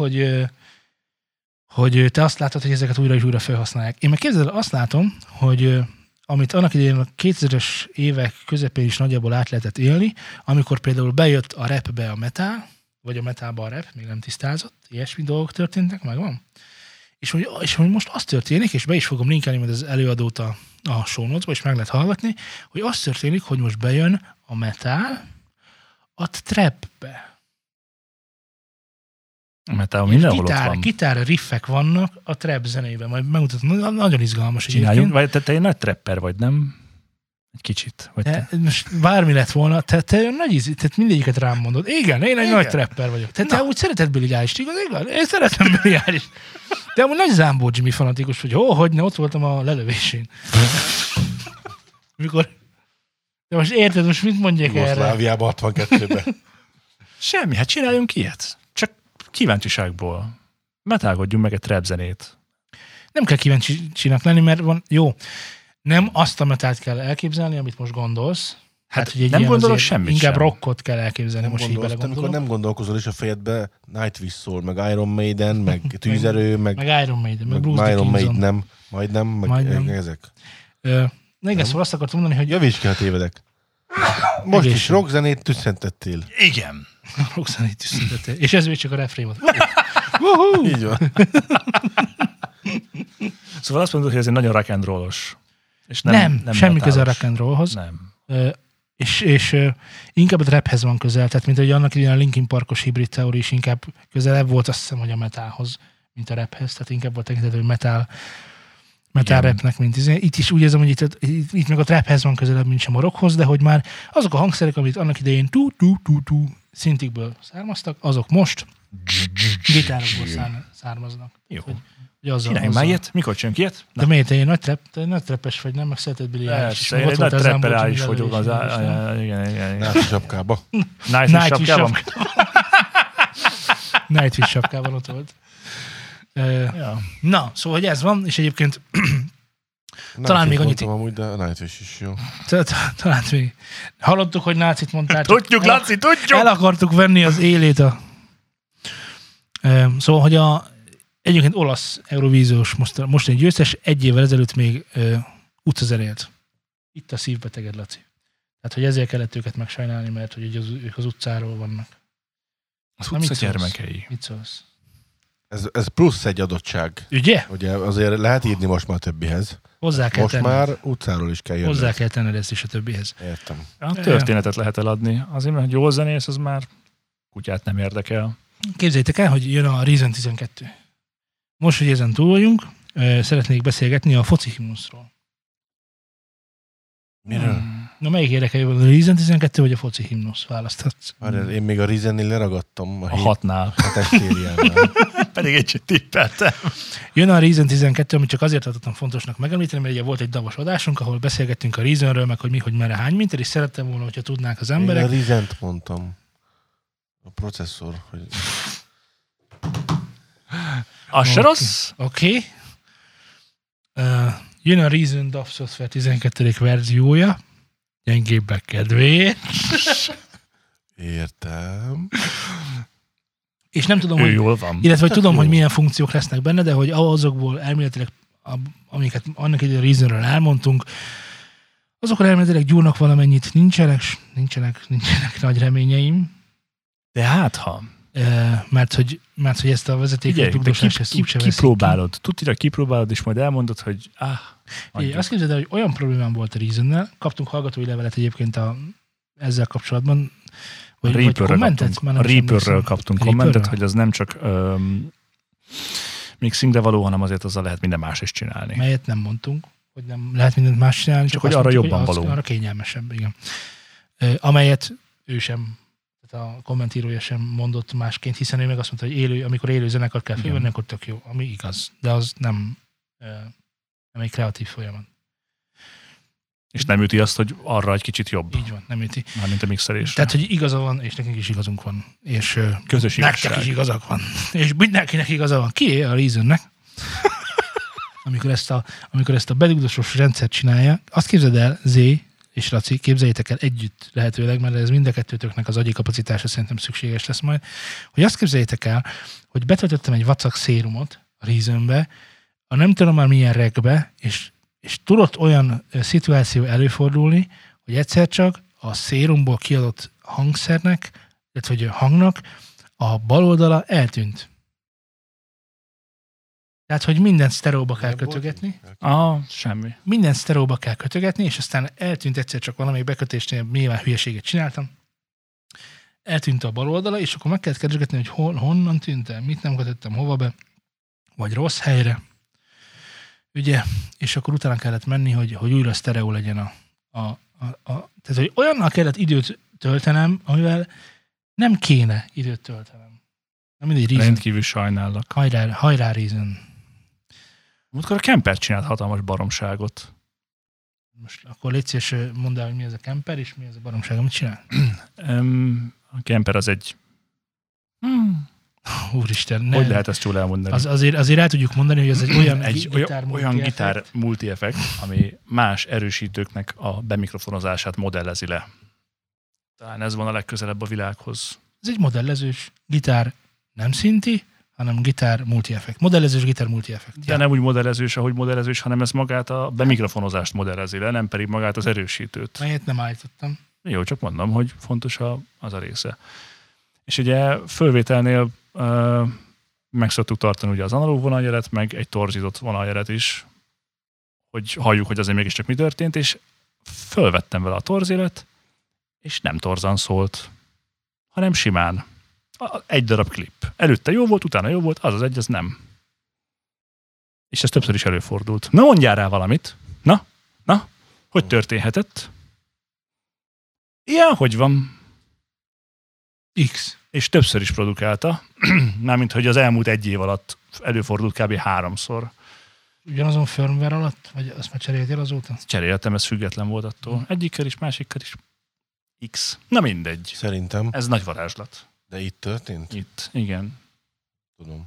S2: hogy te azt látod, hogy ezeket újra és újra felhasználják. Én meg képzeld, azt látom, hogy amit annak idején a 2000-es évek közepén is nagyjából át lehetett élni, amikor például bejött a rapbe a metal, vagy a metalba a rap, még nem tisztázott, ilyesmi dolgok történtek, megvan? És hogy most az történik, és be is fogom linkelni majd az előadót a show notes-ba, és meg lehet hallgatni, hogy az történik, hogy most bejön a metal a trapbe.
S1: A metal mindenhol ott van.
S2: Gitár riffek vannak a trap zenében, majd megmutatom, nagyon izgalmas.
S1: Csináljunk, vagy te egy nagy trapper vagy, nem? Egy kicsit. Vagy te.
S2: Most bármi lett volna, te nagy íz, tehát mindegyiket rám mondod. Igen, én egy nagy trapper vagyok. Te úgy szereted Billie Eilish-t, igaz? Én szeretem Billie Eilish-t. De amúgy nagy Zambó Jimmy fanatikus, hogy hogyne, ott voltam a lelövésén. Mikor... De most érted, most mit mondjak erre?
S3: Jugoszláviában 62-ben.
S1: Semmi, hát csináljunk ilyet. Csak kíváncsiságból. Metálgodjunk meg egy trap zenét.
S2: Nem kell kíváncsinak lenni, mert van... Jó. Nem azt a metált kell elképzelni, amit most gondolsz.
S1: Hát hogy nem gondolok semmit
S2: inkább
S1: sem.
S2: rockot kell elképzelni,
S3: nem
S2: most így belegondolok.
S3: Amikor nem gondolkozol is a fejedbe, Nightwish szól, meg Iron Maiden, meg Tűzerő, meg
S2: Iron Maiden, meg Bruce
S3: Iron
S2: Dickinson.
S3: Maiden, majdnem, ezek.
S2: Igen, szóval azt akartam mondani, hogy...
S3: Javíts ki, ha tévedek. Most is rockzenét tüsszentettél.
S1: Igen.
S2: Rockzenét tüsszentettél. És ez még csak a refrén volt.
S3: Így van.
S1: Szóval azt mondod, hogy ez egy nagyon rock and rollos. És
S2: nem semmi köze a rock and rollhoz.
S1: Nem.
S2: És inkább a raphez van közel, tehát mint hogy annak idején a Linkin Parkos hibrid teóri is inkább közelebb volt, azt hiszem, hogy a metalhoz, mint a raphez, tehát inkább volt tekintető, hogy metal rapnek, mint itt is úgy érzem, hogy itt meg a traphez van közelebb, mint sem a rockhoz, de hogy már azok a hangszerek, amit annak idején szintikből származtak, azok most gitárokból származnak.
S1: Jó.
S2: Csináljunk
S1: már ilyet? Mikor csinálunk ilyet?
S2: De miért? Te egy nagy trappes vagy, nem? Meg szereted Billie Eilish.
S1: Én egy nagy trapper is vagyok. Igen.
S3: Nightwish sapkába.
S1: Nightwish sapkában?
S2: Nightwish sapkában ott volt. Na, szóval, hogy ez van, és egyébként talán még annyit...
S3: Amúgy, de Nightwish is jó.
S2: Talán még... Hallottuk, hogy nácit mondtál.
S1: Tudjuk, Laci, tudjuk!
S2: El akartuk venni az élét a... Szóval, hogy egyébként olasz Eurovíziós most egy győztes, egy évvel ezelőtt még utcazenélt. Itt a szívbeteged, Laci. Tehát, hogy ezért kellett őket megsajnálni, mert hogy ők az utcáról vannak.
S1: Az utca gyermekei.
S2: Mit szólsz?
S3: Ez plusz egy adottság.
S2: Ugye?
S3: Ugye azért lehet írni most már a többihez.
S2: Hozzá kell
S3: most
S2: tenned.
S3: Már utcáról is kell jönni.
S2: Hozzá kell tenned ezt is a többihez.
S3: Értem.
S1: A történetet lehet eladni. Azért, mert jól zenész, az már kutyát nem érdekel.
S2: Képzeljétek el, hogy jön a Reason 12. Most, hogy ezen túl vagyunk, szeretnék beszélgetni a foci himnuszról.
S3: Miről?
S2: Na, melyik érdekel jobban, a Reason 12 vagy a foci himnusz? Választhatsz.
S3: Én még a Reasonnél leragadtam.
S1: A 6-nál. Pedig egy tippeltem.
S2: Jön a Reason 12, amit csak azért tartottam fontosnak megemlíteni, mert ugye volt egy davos adásunk, ahol beszélgettünk a Reasonről, meg hogy mi, hogy merre, hány minter, és szerettem volna, hogyha tudnák az emberek.
S3: Én a Reasont mondtam. A processzor, hogy...
S1: Az se rossz.
S2: Oké. Jön a Reason DAW Software 12. verziója. Gyengébbek kedvéért.
S3: Értem.
S2: És nem tudom,
S1: Ő
S2: hogy...
S1: jól van.
S2: Illetve hogy tudom,
S3: jó.
S2: hogy milyen funkciók lesznek benne, de hogy azokból elméletileg, amiket annak idején a Reasonről elmondtunk, azokon elméletileg gyúrnak valamennyit. Nincsenek nagy reményeim.
S1: De hát ha.
S2: Mert hogy ezt a vezetéket dugdosás ezt úgyse veszik
S1: kipróbálod. Tudtira kipróbálod, és majd elmondod, hogy
S2: ki. Azt képzeld el, hogy olyan problémám volt a Reasonnel, kaptunk hallgatói levelet egyébként ezzel kapcsolatban,
S1: a Reaperről kaptunk kommentet, hogy az nem csak mixingre való, hanem azért azzal lehet minden más is csinálni.
S2: Melyet nem mondtunk, hogy nem lehet mindent más csinálni, csak
S1: hogy arra
S2: mondtuk,
S1: jobban
S2: hogy
S1: való.
S2: arra kényelmesebb, igen. Amelyet ő sem, tehát a kommentírója sem mondott másként, hiszen ő meg azt mondta, hogy amikor élő zenekart kell fölvenni, akkor tök jó, ami igaz. De az nem egy kreatív folyamat.
S1: És nem üti azt, hogy arra egy kicsit jobb.
S2: Így van, nem üti.
S1: Mármint a mixelésre.
S2: Tehát, hogy igaza van, és nekünk is igazunk van. És
S1: közös
S2: nektek
S1: igazság.
S2: is igazak van. És mindenkinek igaza van. Kié a Reasonnek? amikor ezt a bedugdosos rendszert csinálja, azt képzeld el, Z és Laci, képzeljétek el együtt lehetőleg, mert ez mind a kettőtöknek az agyi kapacitása szerintem szükséges lesz majd, hogy azt képzeljétek el, hogy betöltöttem egy vacak szérumot a Reasonbe, a nem tudom már milyen regbe, és tudott olyan szituáció előfordulni, hogy egyszer csak a szérumból kiadott hangszernek, illetve hogy a hangnak a bal oldala eltűnt. Tehát, hogy mindent sztereóba kell kötögetni.
S1: Semmi.
S2: Mindent sztereóba kell kötögetni, és aztán eltűnt egyszer csak valamelyik bekötésnél, nyilván hülyeséget csináltam. Eltűnt a bal oldala, és akkor meg kellett keresgetni, hogy honnan tűnt el, mit nem kötöttem hova be, vagy rossz helyre. Ugye, és akkor utána kellett menni, hogy újra sztereó legyen tehát, hogy olyannal kellett időt töltenem, amivel nem kéne időt töltenem.
S1: Rendkívül sajnállak.
S2: Hajrá Reason.
S1: Múltkor a Kemper csinált hatalmas baromságot.
S2: Most akkor légy szíves, mondd el, hogy mi ez a Kemper, és mi ez a baromság, amit csinál?
S1: A Kemper az egy...
S2: Úristen.
S1: Hogy lehet ezt jól elmondani?
S2: Azért el tudjuk mondani, hogy ez egy olyan
S1: gitár multi-effekt, ami más erősítőknek a bemikrofonozását modellezi le. Talán ez van a legközelebb a világhoz.
S2: Ez egy modellezős gitár, nem szinti, hanem gitár multi-effekt. Modellezős gitár multi-effekt.
S1: De nem úgy modellezős, ahogy modellezős, hanem ez magát a bemikrofonozást modellezi le, nem pedig magát az erősítőt.
S2: Melyet nem állítottam.
S1: Jó, csak mondom, hogy fontos az a része. És ugye fölvételnél meg szoktuk tartani ugye az analóg vonaljelet, meg egy torzított vonaljelet is, hogy halljuk, hogy azért mégiscsak mi történt, és fölvettem vele a torzélet, és nem torzan szólt, hanem simán. Egy darab klip. Előtte jó volt, utána jó volt, az egy, az nem. És ez többször is előfordult. Na, mondjál rá valamit. Na, hogy történhetett? Ilyen, hogy van?
S2: X.
S1: És többször is produkálta, mármint, hogy az elmúlt 1 év alatt előfordult kb. 3-szor.
S2: Ugyanazon firmware alatt? Vagy azt már cseréltél azóta?
S1: Cseréltem, ez független volt attól. Egyikkel is, másikkal is. X. Na mindegy.
S3: Szerintem.
S1: Ez nagy varázslat.
S3: De itt történt?
S1: Itt, igen.
S3: Tudom.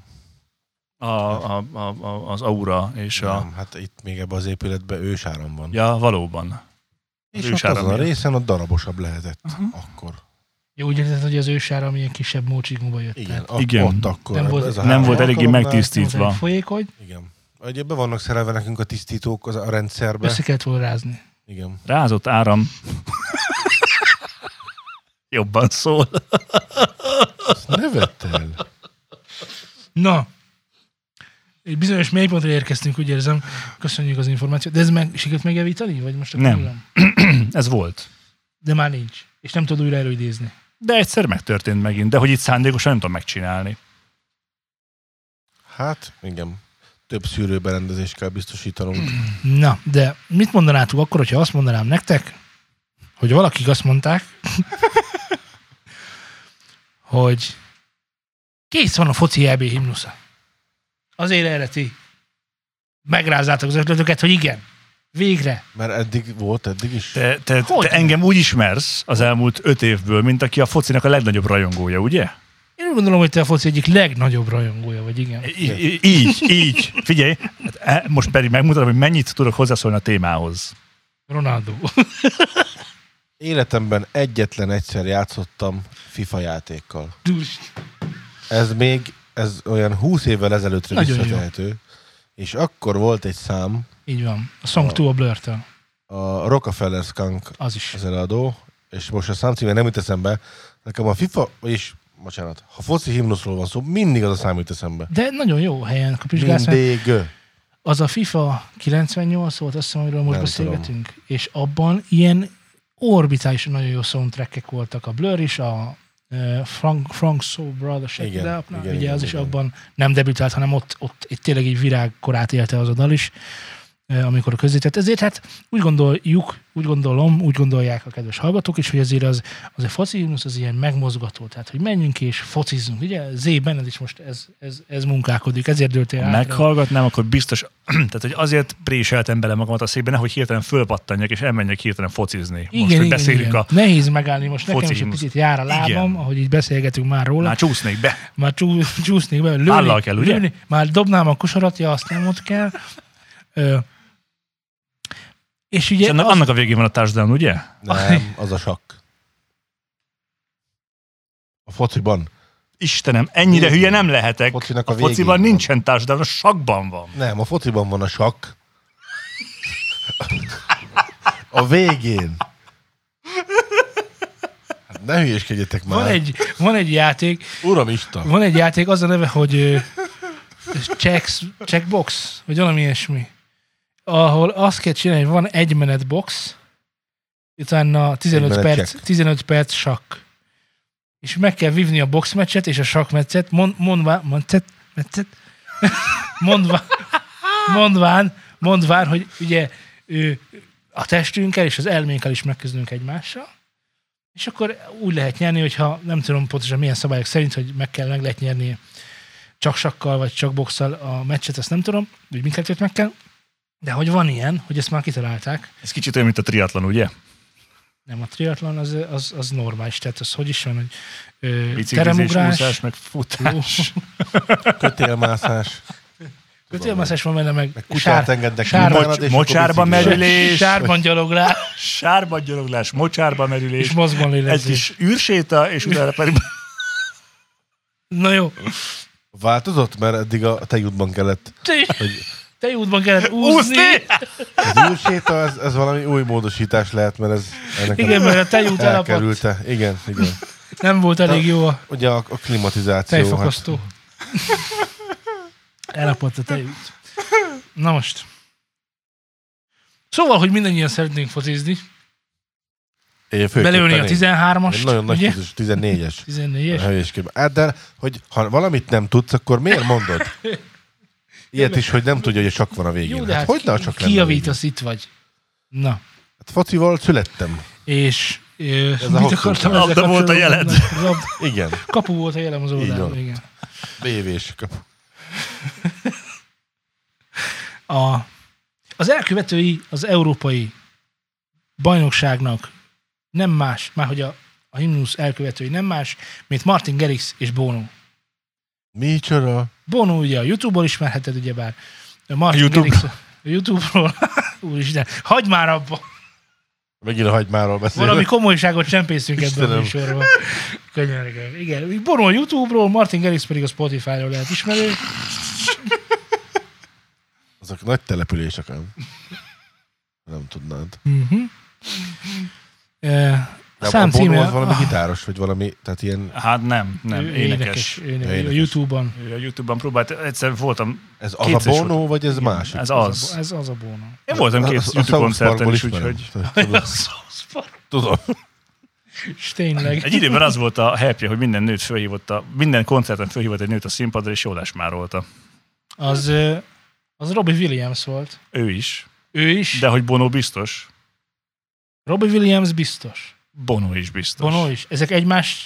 S1: Az aura és
S3: nem, hát itt még ebben az épületben ősáram van.
S1: Ja, valóban.
S3: És ott azon a részen ott darabosabb lehetett akkor.
S2: Jó, úgy érzed, hogy az ősára milyen kisebb mócsikmúba jött.
S3: Igen,
S1: igen.
S3: Ott akkor.
S1: Nem volt eléggé megtisztítva.
S2: Folyékony.
S3: Igen. Ugye be vannak szerelve nekünk a tisztítók a rendszerbe.
S2: Össze kellett volna rázni.
S3: Igen.
S1: Rázott áram. Jobban szól.
S3: Ezt ne vedd el.
S2: Na, egy bizonyos mélypontra érkeztünk, úgy érzem. Köszönjük az információt. De ez sikerült megjavítani? Vagy most
S1: nem. Ez volt.
S2: De már nincs. És nem tudod újra előidézni.
S1: De egyszer megtörtént megint. De hogy itt szándékosan nem tudom megcsinálni.
S3: Hát, igen. Több szűrőberendezést kell biztosítanunk.
S2: Na, de mit mondanátok akkor, hogyha azt mondanám nektek, hogy valakik azt mondták, hogy kész van a foci EB himnusza. Azért erre ti megrázzátok az ötletöket, hogy igen, végre.
S3: Mert eddig is.
S1: Te engem úgy ismersz az elmúlt 5 évből, mint aki a focinak a legnagyobb rajongója, ugye?
S2: úgy gondolom, hogy te a foci egyik legnagyobb rajongója vagy, igen.
S1: Így. Figyelj, most pedig megmutatom, hogy mennyit tudok hozzászólni a témához.
S2: Ronaldo.
S3: Életemben egyetlen egyszer játszottam FIFA játékkal. Ez olyan 20 évvel ezelőttre visszatehető. És akkor volt egy szám.
S2: Így van. A Song 2 a Blur-től.
S3: A Rockefeller Skunk
S2: az is.
S3: Az eladó. És most a szám címén nem jut eszembe. Nekem a FIFA, vagyis, bocsánat, ha foci himnuszról van szó, mindig az a szám jut eszembe.
S2: De nagyon jó helyen kapizsgálsz.
S3: Mindig.
S2: Az a FIFA 98 volt, azt hiszem, amiről most beszélgetünk. És abban ilyen orbitálisan nagyon jó soundtrackek voltak. A Blur is, a Frank Soul Brothers, ugye az is abban nem debütált, hanem ott tényleg egy virágkorát élte az a dal is, amikor közzétett. Ezért hát úgy gondolják a kedves hallgatók is, hogy azért az a foci himnusz az ilyen megmozgató, tehát hogy menjünk és focizzunk. Ugye Z-ben is most ez munkálkodik, ezért dőltél
S1: át. Meghallgatnám, akkor biztos, tehát hogy azért préseltem bele magamat a székbe, nehogy hirtelen fölpattanjak és elmenjek hirtelen focizni. Most, hogy beszélünk
S2: igen. Nehéz megállni, most nekem is egy picit jár a lábam, ahogy így beszélgetünk már róla.
S1: Már csúsznék be.
S2: Lőni
S1: kell, ugye?
S2: Lőni, már dobnám a kosarat, azt nem ott kell. És ugye
S1: annak a végén van a touchdown, ugye?
S3: Nem, az a sakk. A fociban.
S1: Istenem, ennyire hülye nem lehetek. A fociban nincsen touchdown, a sakkban van.
S3: Nem, a fociban van a sakk. A végén. Hát ne hülyéskedjetek már.
S2: Van egy játék.
S3: Uramisten.
S2: Van egy játék, az a neve, hogy checkbox, vagy valami ilyesmi. Ahol azt kell csinálni, hogy van egy menet box, utána 15 perc sakk. És meg kell vívni a box meccset és a sakk meccset, mondván, hogy ugye a testünkkel és az elménkkel is megküzdünk egymással, és akkor úgy lehet nyerni, hogyha nem tudom pontosan milyen szabályok szerint, hogy meg lehet nyerni csak sakkal vagy csak boxszal a meccset, azt nem tudom, hogy mindkettőt meg kell. De hogy van ilyen, hogy ezt már kitalálták.
S1: Ez kicsit olyan, mint a triatlon, ugye?
S2: Nem, a triatlon az normális, tehát az hogy is van, hogy
S1: teremugrás, úszás, meg futás.
S3: Kötélmászás.
S2: Kötélmászás van benne, meg
S3: kutyát engednek.
S1: Mocsárba merülés.
S2: Sárban
S1: gyaloglás, mocsárba merülés.
S2: És mozgban lélegzés.
S1: Egy kis űrséta, és utána pedig...
S2: Na jó.
S3: Változott? Mert eddig a tejútban kellett...
S2: Tejútban kellett úszni.
S3: Az űrséta, ez valami új módosítás lehet, mert ez...
S2: Igen, mert a tejút
S3: elkerülte. Igen.
S2: Nem volt elég jó
S3: ugye a klimatizáció.
S2: Tejfakasztó. Elapott a tejút. Na most. Szóval, hogy mindannyian szeretnénk focizni. Belőni a 13-ast.
S3: Nagyon nagy 14-es.
S2: 14-es.
S3: De, hogy ha valamit nem tudsz, akkor miért mondod? Ilyet is, hogy nem tudja, hogy csak van a végén.
S2: Jó, de hát
S3: hogy ne csak
S2: kijavítasz, itt vagy. Na.
S3: Hát focival születtem.
S2: És
S3: mit akartam?
S1: Labda volt a jeled.
S3: Igen.
S2: Kapu volt a jelem az oldalon. Igen.
S3: BV-s kapu.
S2: Az elkövetői az európai bajnokságnak nem más, már hogy a himnusz elkövetői nem más, mint Martin Garrix és Bono.
S3: Micsoda?
S2: Bono ugye a YouTube-ból ismerheted, ugyebár. Martin Garrix a YouTube-ról. Úristen, hagyd már abba!
S3: Megint a hagymáról beszélünk.
S2: Valami komolyságot csempészünk ebben a műsorban. Könyörgöm. Igen, Bono a YouTube-ról, Martin Garrix pedig a Spotify-ról lehet ismerő.
S3: Azok nagy települések, nem tudnád. A Bono az valami gitáros, vagy valami, tehát ilyen...
S1: Hát nem, énekes.
S2: A YouTube-ban.
S1: A YouTube-ban próbált, egyszer voltam...
S3: Ez az a Bono, vagy ez másik?
S1: Ez az.
S2: Ez az a Bono.
S1: Én voltam két YouTube koncerten is, úgyhogy...
S3: Tudom.
S2: És tényleg.
S1: Egy időben az volt a happy, hogy minden nőt fölhívott, minden koncerten fölhívott egy nőt a színpadra, és jól esmárolta.
S2: Az Robbie Williams volt.
S1: Ő is.
S2: is.
S1: De hogy Bono biztos.
S2: Robbie Williams biztos.
S1: Bono is biztos.
S2: Bono is. Ezek egymás...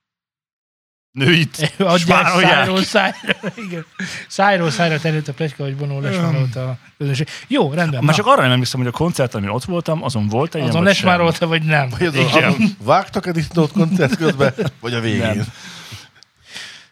S1: Nőit
S2: adják szájról szájra terült a pletyka, hogy Bono lesmárolta a közönség. Jó, rendben.
S1: Már csak arra nem emlékszem, hogy a koncert, amin ott voltam, azon volt egy
S2: azon lesmárolta, vagy nem?
S3: Vagy azon vágtak a disznót koncert közben, vagy a végén? Nem.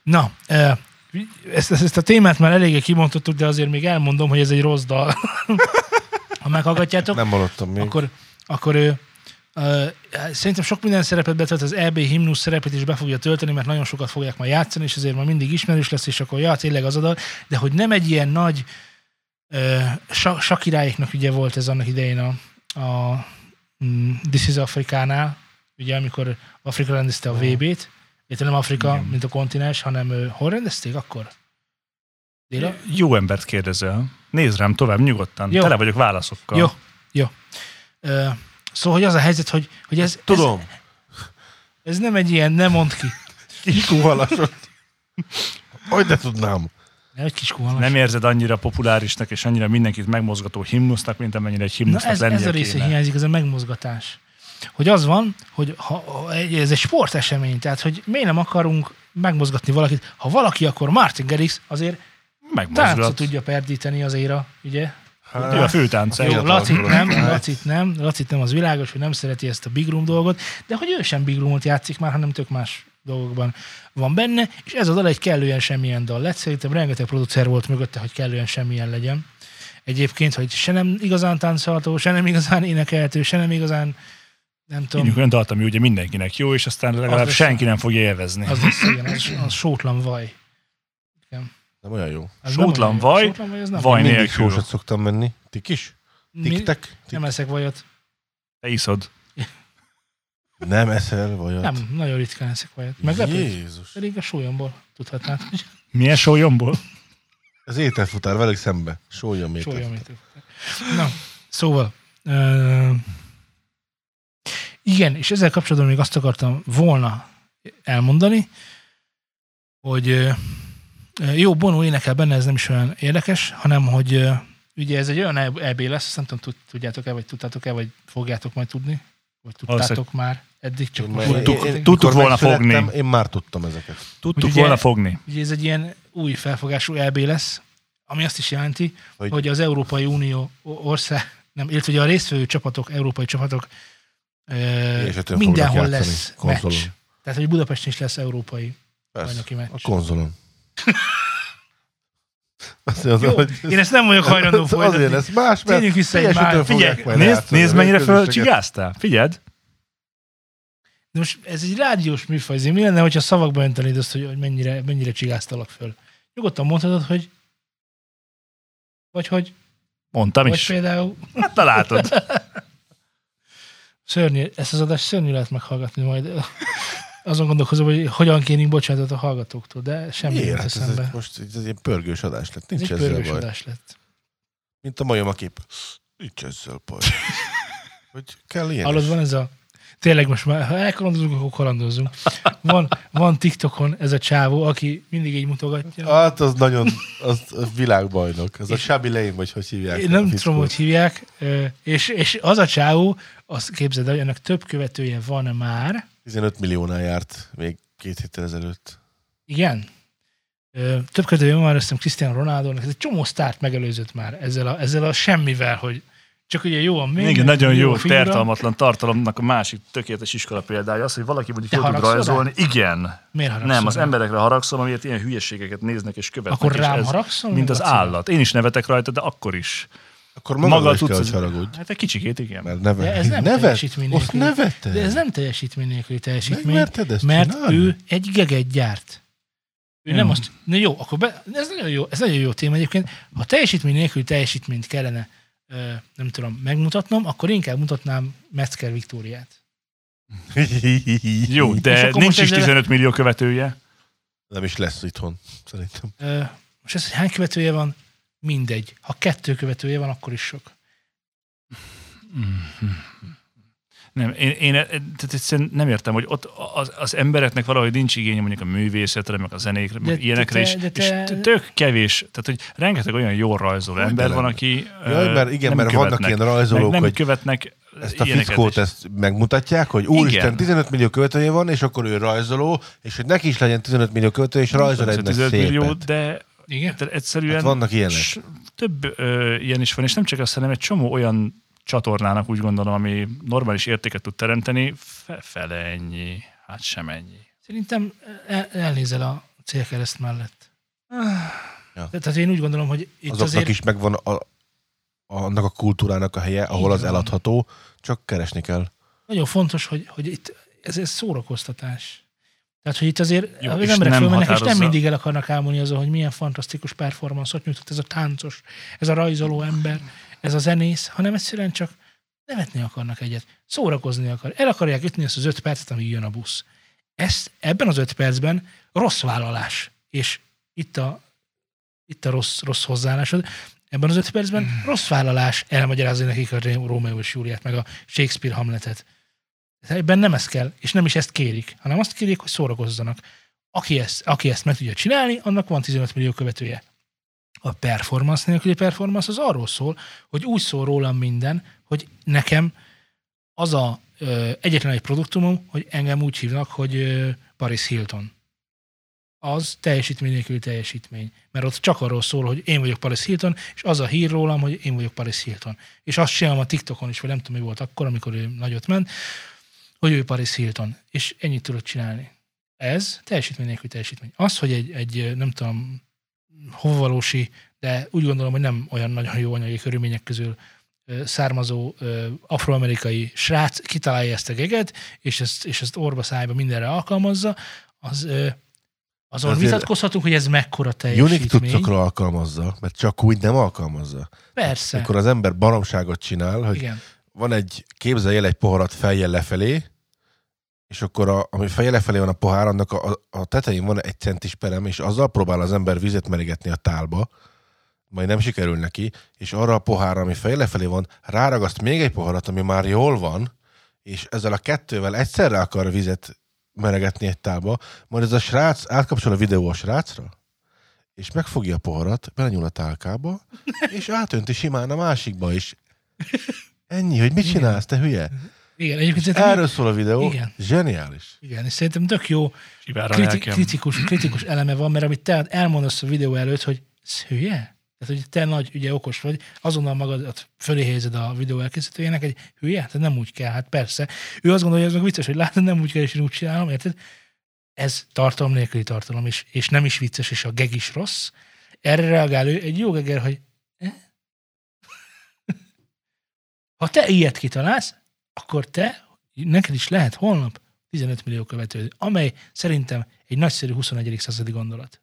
S2: Na, ezt a témát már eléggé kimondottuk, de azért még elmondom, hogy ez egy rossz dal. Ha meghallgatjátok,
S3: Nem hallottam még.
S2: akkor szerintem sok minden szerepet betölt, az EB himnusz szerepet is be fogja tölteni, mert nagyon sokat fogják majd játszani, és azért már mindig ismerős lesz, és akkor tényleg az a dal, de hogy nem egy ilyen nagy Sakiráéknak ugye volt ez annak idején a This is Afrikánál, ugye amikor Afrika rendezte a VB-t, illetve nem Afrika, igen, mint a kontinens, hanem hol rendezték akkor? Déla?
S1: Jó embert kérdezel. Nézd rám tovább, nyugodtan.
S2: Jó.
S1: Tele vagyok válaszokkal.
S2: Jó. Szóval, hogy az a helyzet, hogy ez...
S3: Tudom.
S2: Ez nem egy ilyen, nem mondd ki.
S3: Kiskuhalasod. Hogy ne tudnám.
S2: Egy kis kuhalas.
S1: Nem érzed annyira populárisnak és annyira mindenkit megmozgató himnusznak, mint amennyire egy himnusznak lennie
S2: kéne. Ez a része hiányzik, ez a megmozgatás. Hogy az van, hogy ez egy sportesemény, tehát hogy miért nem akarunk megmozgatni valakit. Ha valaki, akkor Martin Garrix azért táncot tudja perdíteni azért, ugye?
S1: Hát, ő a főtánc.
S2: Jó, Lacit nem, az világos, hogy nem szereti ezt a Big Room dolgot, de hogy ő sem Big Roomot játszik már, hanem tök más dolgokban van benne, és ez a dal egy kellően semmilyen dal lett. Szerintem rengeteg producer volt mögötte, hogy kellően semmilyen legyen. Egyébként, hogy se nem igazán táncolható, se nem igazán énekelhető, se nem igazán nem tudom.
S1: Ígyünk olyan dalt, ami ugye mindenkinek jó, és aztán legalább senki nem fogja élvezni.
S2: Az lesz, igen, az sótlan vaj. Igen.
S3: Nem olyan jó.
S1: Sótlan vaj, vaj
S3: mindig
S1: nélkül.
S3: sósat szoktam menni. Tik is? Tiktek?
S2: Nem eszek vajat.
S1: Te iszod.
S3: Nem eszel vajat.
S2: Nem, nagyon ritkán eszek vajat. Meglepő?
S3: Jézus.
S2: Pedig a sólyomból tudhatnád.
S1: Milyen sólyomból?
S3: Ez ételfutár velük szembe. Sólyom ételfutár.
S2: Na, szóval... igen, és ezzel kapcsolatban még azt akartam volna elmondani, hogy jó, Bono énekel benne, ez nem is olyan érdekes, hanem hogy ugye ez egy olyan EB lesz, azt nem tudom, tudjátok-e, vagy tudtátok-e, vagy fogjátok majd tudni, vagy tudtátok már eddig, csak
S1: tudtuk volna fogni.
S3: Én már tudtam ezeket.
S1: Tudtuk volna fogni.
S2: Ugye ez egy ilyen új felfogású EB lesz, ami azt is jelenti, hogy az Európai Unió illetve ugye a résztvevő csapatok, európai csapatok mindenhol lesz konzolon. Meccs. Tehát, hogy Budapesten is lesz európai bajnoki meccs.
S3: A konzolon.
S2: Jó, én ezt nem vagyok hajlandó folytatni.
S3: Azért lesz más, mert
S2: tényleg vissza egy már.
S1: Figyelj, nézd mennyire fölcsigáztál. Figyeld.
S2: De most ez egy rádiós műfaj. Mi lenne, hogyha szavakba öntenéd azt, hogy mennyire csigáztalak föl? Nyugodtan mondhatod, hogy vagy hogy
S1: mondtam
S2: vagy
S1: is.
S2: Például...
S1: Hát na látod.
S2: Szörnyű, ezt az adást szörnyű lehet meghallgatni majd. Azon gondolkozom, hogy hogyan kérnénk bocsánatot a hallgatóktól, de semmi nem eszembe.
S3: Ez most ez egy pörgős adás lett. Nincs
S2: ez egy pörgős adás lett.
S3: Mint a majom a kép. Nincs ezzel baj. Hogy kell ilyen.
S2: Hallod, van ez a... Tényleg most már, ha elkalandozunk, akkor kalandozunk. Van TikTokon ez a csávó, aki mindig így mutogatja.
S3: Hát az nagyon, az világbajnok. Ez a Shabby Lane, vagy hogy hívják.
S2: Én nem tudom, hogy hívják. És az a csávó, azt képzeld el, hogy ennek több követője van már.
S3: 15 milliónál járt még 2 héttel ezelőtt.
S2: Igen. Több követője van már, azt hiszem Cristiano Ronaldo-nak. Ez egy csomó sztárt megelőzött már ezzel a semmivel, hogy csak ugye jó a még.
S1: Igen, nagyon jó tertalmatlan tartalomnak a másik tökéletes iskola példája az, hogy valaki mondjuk jól tud rajzolni. Igen.
S2: Miért haragszol?
S1: Nem, az emberekre haragszom, amiért ilyen hülyeségeket néznek és követnek.
S2: Akkor rám haragszol?
S1: Mint az állat. Én is nevetek rajta, de akkor is.
S3: Akkor maga is kell, hogy haragudj.
S1: Hát egy kicsikét, igen.
S3: Mert
S2: de ez nem teljesítmény nélküli. De ez nem teljesítmény nélküli teljesítmény, mert ő egy geget gyárt. Ő nem azt... Na jó, akkor ez nagyon jó téma egyébként. Ha teljesítmény nélküli teljesítményt kellene nem tudom, megmutatnom, akkor inkább mutatnám Metzger Viktóriát.
S1: Jó, de nincs is 15 millió követője.
S3: Nem is lesz itthon, szerintem.
S2: Most ez, hogy hány követője van? Mindegy. Ha 2 követője van, akkor is sok.
S1: Nem, én tehát egyszerűen nem értem, hogy ott az embereknek valahogy nincs igénye mondjuk a művészetre, meg a zenékre, meg ilyenekre is, és tök kevés, tehát hogy rengeteg olyan jól rajzoló ember van, aki
S3: mert vannak ilyen rajzolók,
S1: nem
S3: hogy
S1: követnek
S3: ezt a fickót ezt megmutatják, hogy úristen, 15 millió követője van, és akkor ő rajzoló, és hogy neki is legyen 15 millió követője, és rajzol egy szépet. Millió,
S1: de igen? Egyszerűen
S3: hát vannak ilyenek.
S1: Több ilyen is van, és nem csak azt, hanem egy csomó olyan csatornának úgy gondolom, ami normális értéket tud teremteni, fele ennyi, hát sem ennyi.
S2: Szerintem elnézel a célkereszt mellett.
S3: Ja.
S2: Tehát én úgy gondolom, hogy itt
S3: azoknak
S2: azért...
S3: is megvan annak a kultúrának a helye, ahol az eladható, csak keresni kell.
S2: Nagyon fontos, hogy itt ez szórakoztatás. Tehát, hogy itt azért
S1: jó,
S2: az emberek fölmennek, és nem mindig el
S1: el
S2: akarnak álmodni azon, hogy milyen fantasztikus performance-ot nyújtott ez a táncos, ez a rajzoló ember, ez a zenész, hanem egyszerűen csak nevetni akarnak egyet, szórakozni akar. El akarják ütni ezt az 5 percet, amíg jön a busz. Ebben az 5 percben rossz vállalás, és itt a rossz hozzáállásod, ebben az 5 percben rossz vállalás elmagyarázni nekik a Rómeó és Júliát, meg a Shakespeare Hamletet. Ebben nem ezt kell, és nem is ezt kérik, hanem azt kérik, hogy szórakozzanak. Aki ezt meg tudja csinálni, annak van 15 millió követője. A performance nélküli performance az arról szól, hogy úgy szól rólam minden, hogy nekem az a egyetlen egy produktumom, hogy engem úgy hívnak, hogy Paris Hilton. Az teljesítmény nélküli teljesítmény. Mert ott csak arról szól, hogy én vagyok Paris Hilton, és az a hír rólam, hogy én vagyok Paris Hilton. És azt csinálom a TikTokon is, vagy nem tudom, mi volt akkor, amikor ő nagyot ment, hogy ő Paris Hilton. És ennyit tudod csinálni. Ez teljesítmény nélküli teljesítmény. Az, hogy egy nem tudom, hovavalósi, de úgy gondolom, hogy nem olyan nagyon jó anyagi körülmények közül származó afroamerikai srác kitalálja ezt a geget, és ezt orba szájba mindenre alkalmazza, azon vitatkozhatunk, hogy ez mekkora teljesítmény.
S3: Unik tudszokra alkalmazza, mert csak úgy nem alkalmazza.
S2: Persze.
S3: Amikor az ember baromságot csinál, hogy igen. Van képzelj el egy poharat fejjel lefelé, és akkor ami fejjel lefelé van a pohár, annak a tetején van 1 centis perem, és azzal próbál az ember vizet merígetni a tálba, majd nem sikerül neki, és arra a pohárra, ami fejjel lefelé van, ráragaszt még egy poharat, ami már jól van, és ezzel a 2-vel egyszerre akar vizet meregetni egy tálba, majd ez a srác átkapcsol a videó a srácra, és megfogja a poharat, belenyúl a tálkába, és átönti simán a másikba is. Ennyi, hogy mit csinálsz, te hülye?
S2: Igen, egyébként
S3: erről szól a videó,
S2: igen.
S3: Zseniális.
S2: Igen, és szerintem tök jó kritikus eleme van, mert amit te elmondasz a videó előtt, hogy ez hülye? Tehát, hogy te nagy, ugye okos vagy, azonnal magadat fölé helyezed a videó elkészítőjének egy hülye? Tehát nem úgy kell, hát persze. Ő azt gondolja, hogy ez meg vicces, hogy látod, nem úgy kell, és én úgy csinálom, érted? Ez tartalom nélküli tartalom, és nem is vicces, és a geg is rossz. Erre reagál ő egy jó geger, hogy ha te ilyet kitalálsz, akkor neked is lehet holnap 15 millió követő, amely szerintem egy nagyszerű 21. századi gondolat.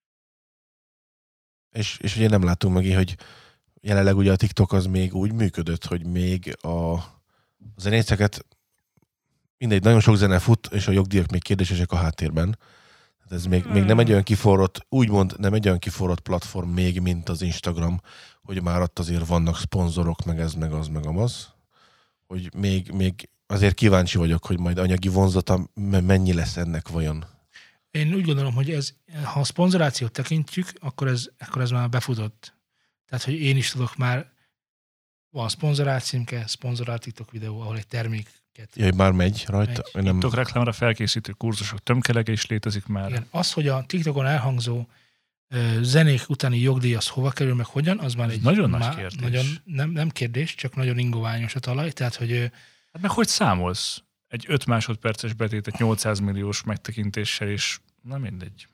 S3: És ugye nem látunk meg, hogy jelenleg ugye a TikTok az még úgy működött, hogy még a zenészeket mindegy, nagyon sok zene fut, és a jogdíjak még kérdésesek a háttérben. Ez még nem egy olyan kiforrott, úgymond nem egy olyan kiforrott platform még, mint az Instagram, hogy már ott azért vannak szponzorok, meg ez, meg az, meg amaz. Hogy még azért kíváncsi vagyok, hogy majd anyagi vonzata mennyi lesz ennek vajon.
S2: Én úgy gondolom, hogy ha a szponzorációt tekintjük, akkor ez már befutott. Tehát, hogy én is tudok már, van szponzorációmke, szponzorált TikTok videó, ahol egy terméket.
S3: Jaj, már megy rajta?
S1: TikTok reklámra felkészítő kurzusok tömkelege is létezik már.
S2: Igen, az, hogy a TikTokon elhangzó zenék utáni jogdíj az hova kerül, meg hogyan, az már egy
S1: nagyon nagy kérdés.
S2: Nagyon, nem kérdés, csak nagyon ingoványos a talaj. Tehát, hogy
S1: hát meg hogy számolsz? Egy 5 másodperces betétet 800 milliós megtekintéssel, és nem mindegy.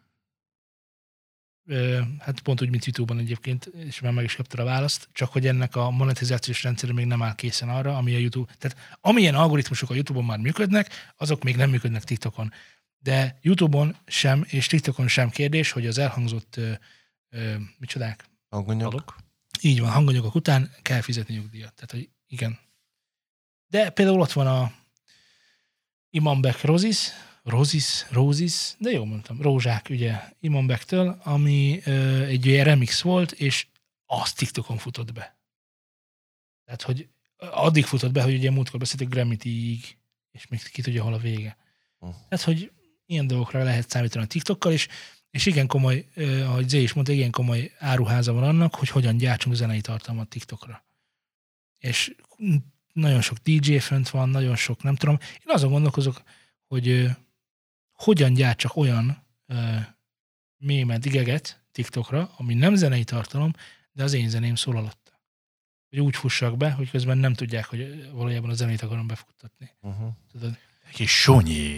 S2: Hát pont úgy, mint YouTube-on egyébként, és már meg is kaptad a választ, csak hogy ennek a monetizációs rendszere még nem áll készen arra, ami a YouTube. Tehát amilyen algoritmusok a YouTube-on már működnek, azok még nem működnek TikTokon. De YouTube-on sem, és TikTokon sem kérdés, hogy az elhangzott micsodák?
S3: Hanganyagok.
S2: Így van, hanganyagok után kell fizetni nyugdíjat. Tehát, hogy igen. De például ott van a Imam Beck Roses, de jól mondtam, Rózsák, ugye, Imam Becktől, ami egy ilyen remix volt, és az TikTokon futott be. Tehát, hogy addig futott be, hogy ugye múltkor beszéltük Grammy-ig, és még ki tudja, hol a vége. Tehát, hogy ilyen dolgokra lehet számítani a TikTokkal, és igen komoly, ahogy Zé is mondta, igen komoly áruháza van annak, hogy hogyan gyártsunk zenei tartalmat TikTokra. És nagyon sok DJ fönt van, nagyon sok, nem tudom. Én azon gondolkozok, hogy hogyan gyártsak olyan mémet, geget TikTokra, ami nem zenei tartalom, de az én zeném szól alatta. Hogy úgy fussak be, hogy közben nem tudják, hogy valójában a zenét akarom befuttatni.
S1: Kis sonyi.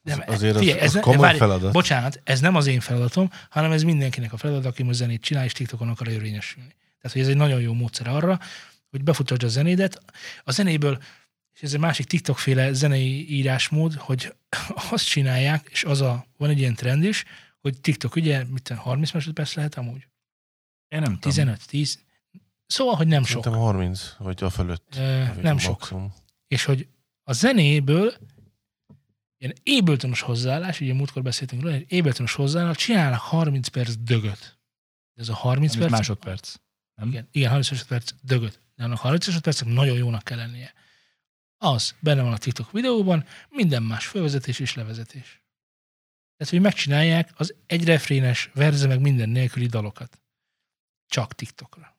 S3: Azért az komoly feladat.
S2: Bocsánat, ez nem az én feladatom, hanem ez mindenkinek a feladat, aki most zenét csinál, és TikTokon akar érvényesülni. Tehát, hogy ez egy nagyon jó módszer arra, hogy befutasd a zenédet. A zenéből, és ez egy másik TikTok-féle zenei írásmód, hogy azt csinálják, és van egy ilyen trend is, hogy TikTok ugye, 30 másodperc lehet amúgy?
S1: Én nem tudom.
S2: 15, 10. Szóval, hogy nem sok.
S3: Szerintem 30, vagy a fölött.
S2: Nem sok. Maximum. És hogy a zenéből ilyen Ableton-os hozzáállás, ugye múltkor beszéltünk róla, egy Ableton-os hozzáállás, csinálnak 30 perc dögöt. Ez a 30 perc...
S1: másodperc. Nem?
S2: Igen, 30 másodperc dögöt. De annak 30 másodpercnek nagyon jónak kell lennie. Az benne van a TikTok videóban, minden más fölvezetés és levezetés. Tehát, hogy megcsinálják az egy refrénes, verze meg minden nélküli dalokat. Csak TikTokra.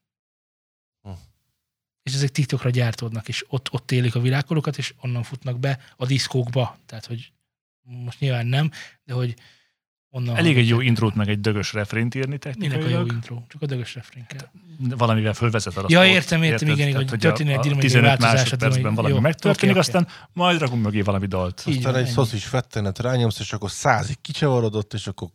S2: És ezek TikTokra gyártódnak, és ott élik a világkorokat, és onnan futnak be a diszkókba. Tehát, hogy most nyilván nem, de hogy onnan...
S1: Elég egy jó intrót, meg egy dögös refrént írni technikailag.
S2: Minek a jó intro? Csak a dögös refrén kell.
S1: Valamivel fölvezet a
S2: ja, értem, igen, hogy történik egy dinamikai
S1: 15 másodpercben valami megtörténik, aztán majd rakunk mögé valami dalt.
S3: Aztán egy szoszis fettenet rányomsz, és akkor 100-ig kicsavarodott, és akkor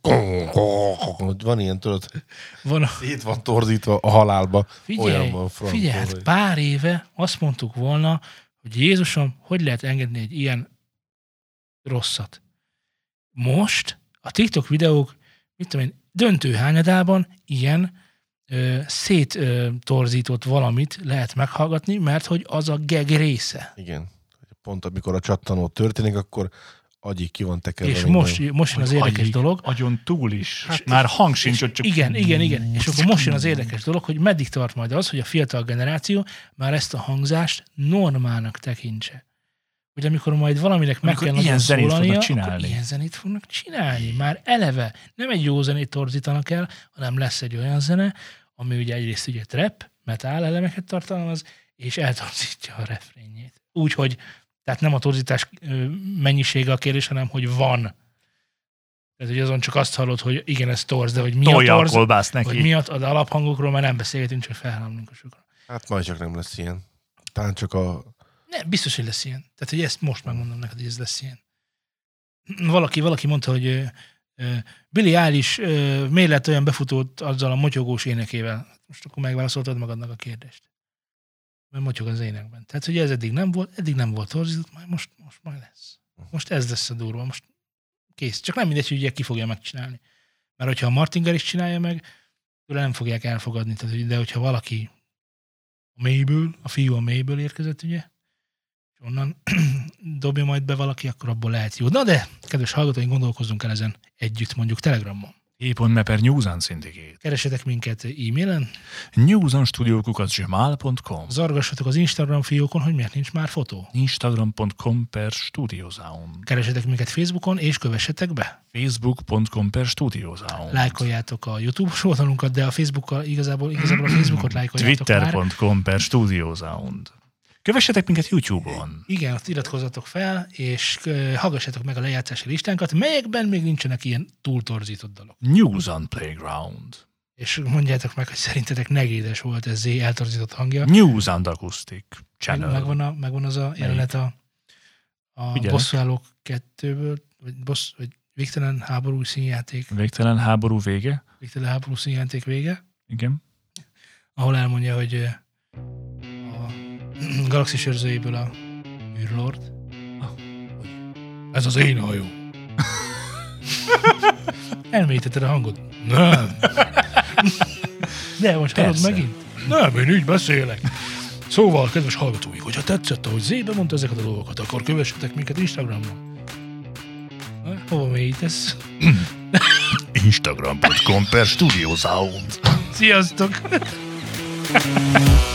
S3: van ilyen, tudod, itt van torzítva a halálba.
S2: Figyelj, hát pár éve azt mondtuk volna, hogy Jézusom, hogy lehet engedni egy ilyen rosszat. Most a TikTok videók, mit tudom én, döntő hányadában ilyen széttorzított valamit lehet meghallgatni, mert hogy az a gag része.
S3: Igen. Pont amikor a csattanó történik, akkor agyig ki van tekerve.
S2: És most jön az érdekes dolog.
S1: Agyon túl is. Hát, már hang sincs, hogy csak...
S2: Igen. És akkor most jön az érdekes dolog, hogy meddig tart majd az, hogy a fiatal generáció már ezt a hangzást normálnak tekintse. Hogy amikor majd valaminek meg kell nagyon szólania, akkor ilyen zenét fognak csinálni. Már eleve nem egy jó zenét torzítanak el, hanem lesz egy olyan zene, ami ugye egyrészt ugye trap, metal elemeket tartalmaz, és eltorzítja a refrénjét. Úgyhogy, tehát nem a torzítás mennyisége a kérdés, hanem hogy van. Tehát, hogy azon csak azt hallod, hogy igen, ez torz, de hogy mi a torz, vagy mi az alaphangokról már nem beszélgetünk, csak felhállalunk a sokra.
S3: Hát majd csak nem lesz ilyen. Talán csak a...
S2: Ne, biztos, hogy lesz ilyen. Tehát, hogy ezt most megmondom neked, hogy ez lesz ilyen. Valaki mondta, hogy Billie Eilish miért lett olyan befutott azzal a motyogós énekével. Most akkor megválaszoltad magadnak a kérdést. Mert motyog az énekben. Tehát, hogy ez eddig nem volt torzított, most majd lesz. Most ez lesz a durva, most kész. Csak nem mindegy, hogy ugye ki fogja megcsinálni. Mert hogyha a Martin Garrix csinálja meg, tőle nem fogják elfogadni. Tehát, de hogyha valaki a fiú a Mayből érkezett, ugye, és onnan dobja majd be valaki, akkor abból lehet jó. Na de, kedves hallgatóink, gondolkozzunk el ezen együtt, mondjuk Telegramon.
S1: News on Syndicate.
S2: Keresetek minket e-mailen.
S1: newsonstudio@gmail.com.
S2: Zargassatok az Instagram fiókon, hogy miért nincs már fotó.
S1: instagram.com/studiosound.
S2: Keresetek minket Facebookon, és kövessetek be.
S1: facebook.com/studiosound.
S2: Lájkoljátok a YouTube-os oldalunkat, de a Facebookkal igazából a Facebookot lájkoljátok
S1: twitter.com/studiosound. Kövessetek minket YouTube-on.
S2: Igen, azt iratkozzatok fel, és hallgassátok meg a lejátszási listánkat, melyekben még nincsenek ilyen túltorzított dalok.
S1: News on Playground.
S2: És mondjátok meg, hogy szerintetek negédes volt ez Zé eltorzított hangja.
S1: News on Acoustic Channel.
S2: Megvan az a jelenet a Bosszúállók 2-ből, vagy Végtelen háború színjáték.
S1: Végtelen háború vége.
S2: Végtelen háború színjáték vége.
S1: Igen.
S2: Ahol elmondja, hogy Galaxis őrzőjéből a űrlord. Ez az én hajó. Elmélyítetted a hangod? Nem. De most hallod megint? Nem, én így beszélek. Szóval, kedves hallgatóink, hogyha tetszett, ahogy Zébe mondta ezeket a dolgokat, akkor kövessetek minket Instagramon. Hova mélyítesz?
S1: Instagram.com/studiosound.
S2: Sziasztok!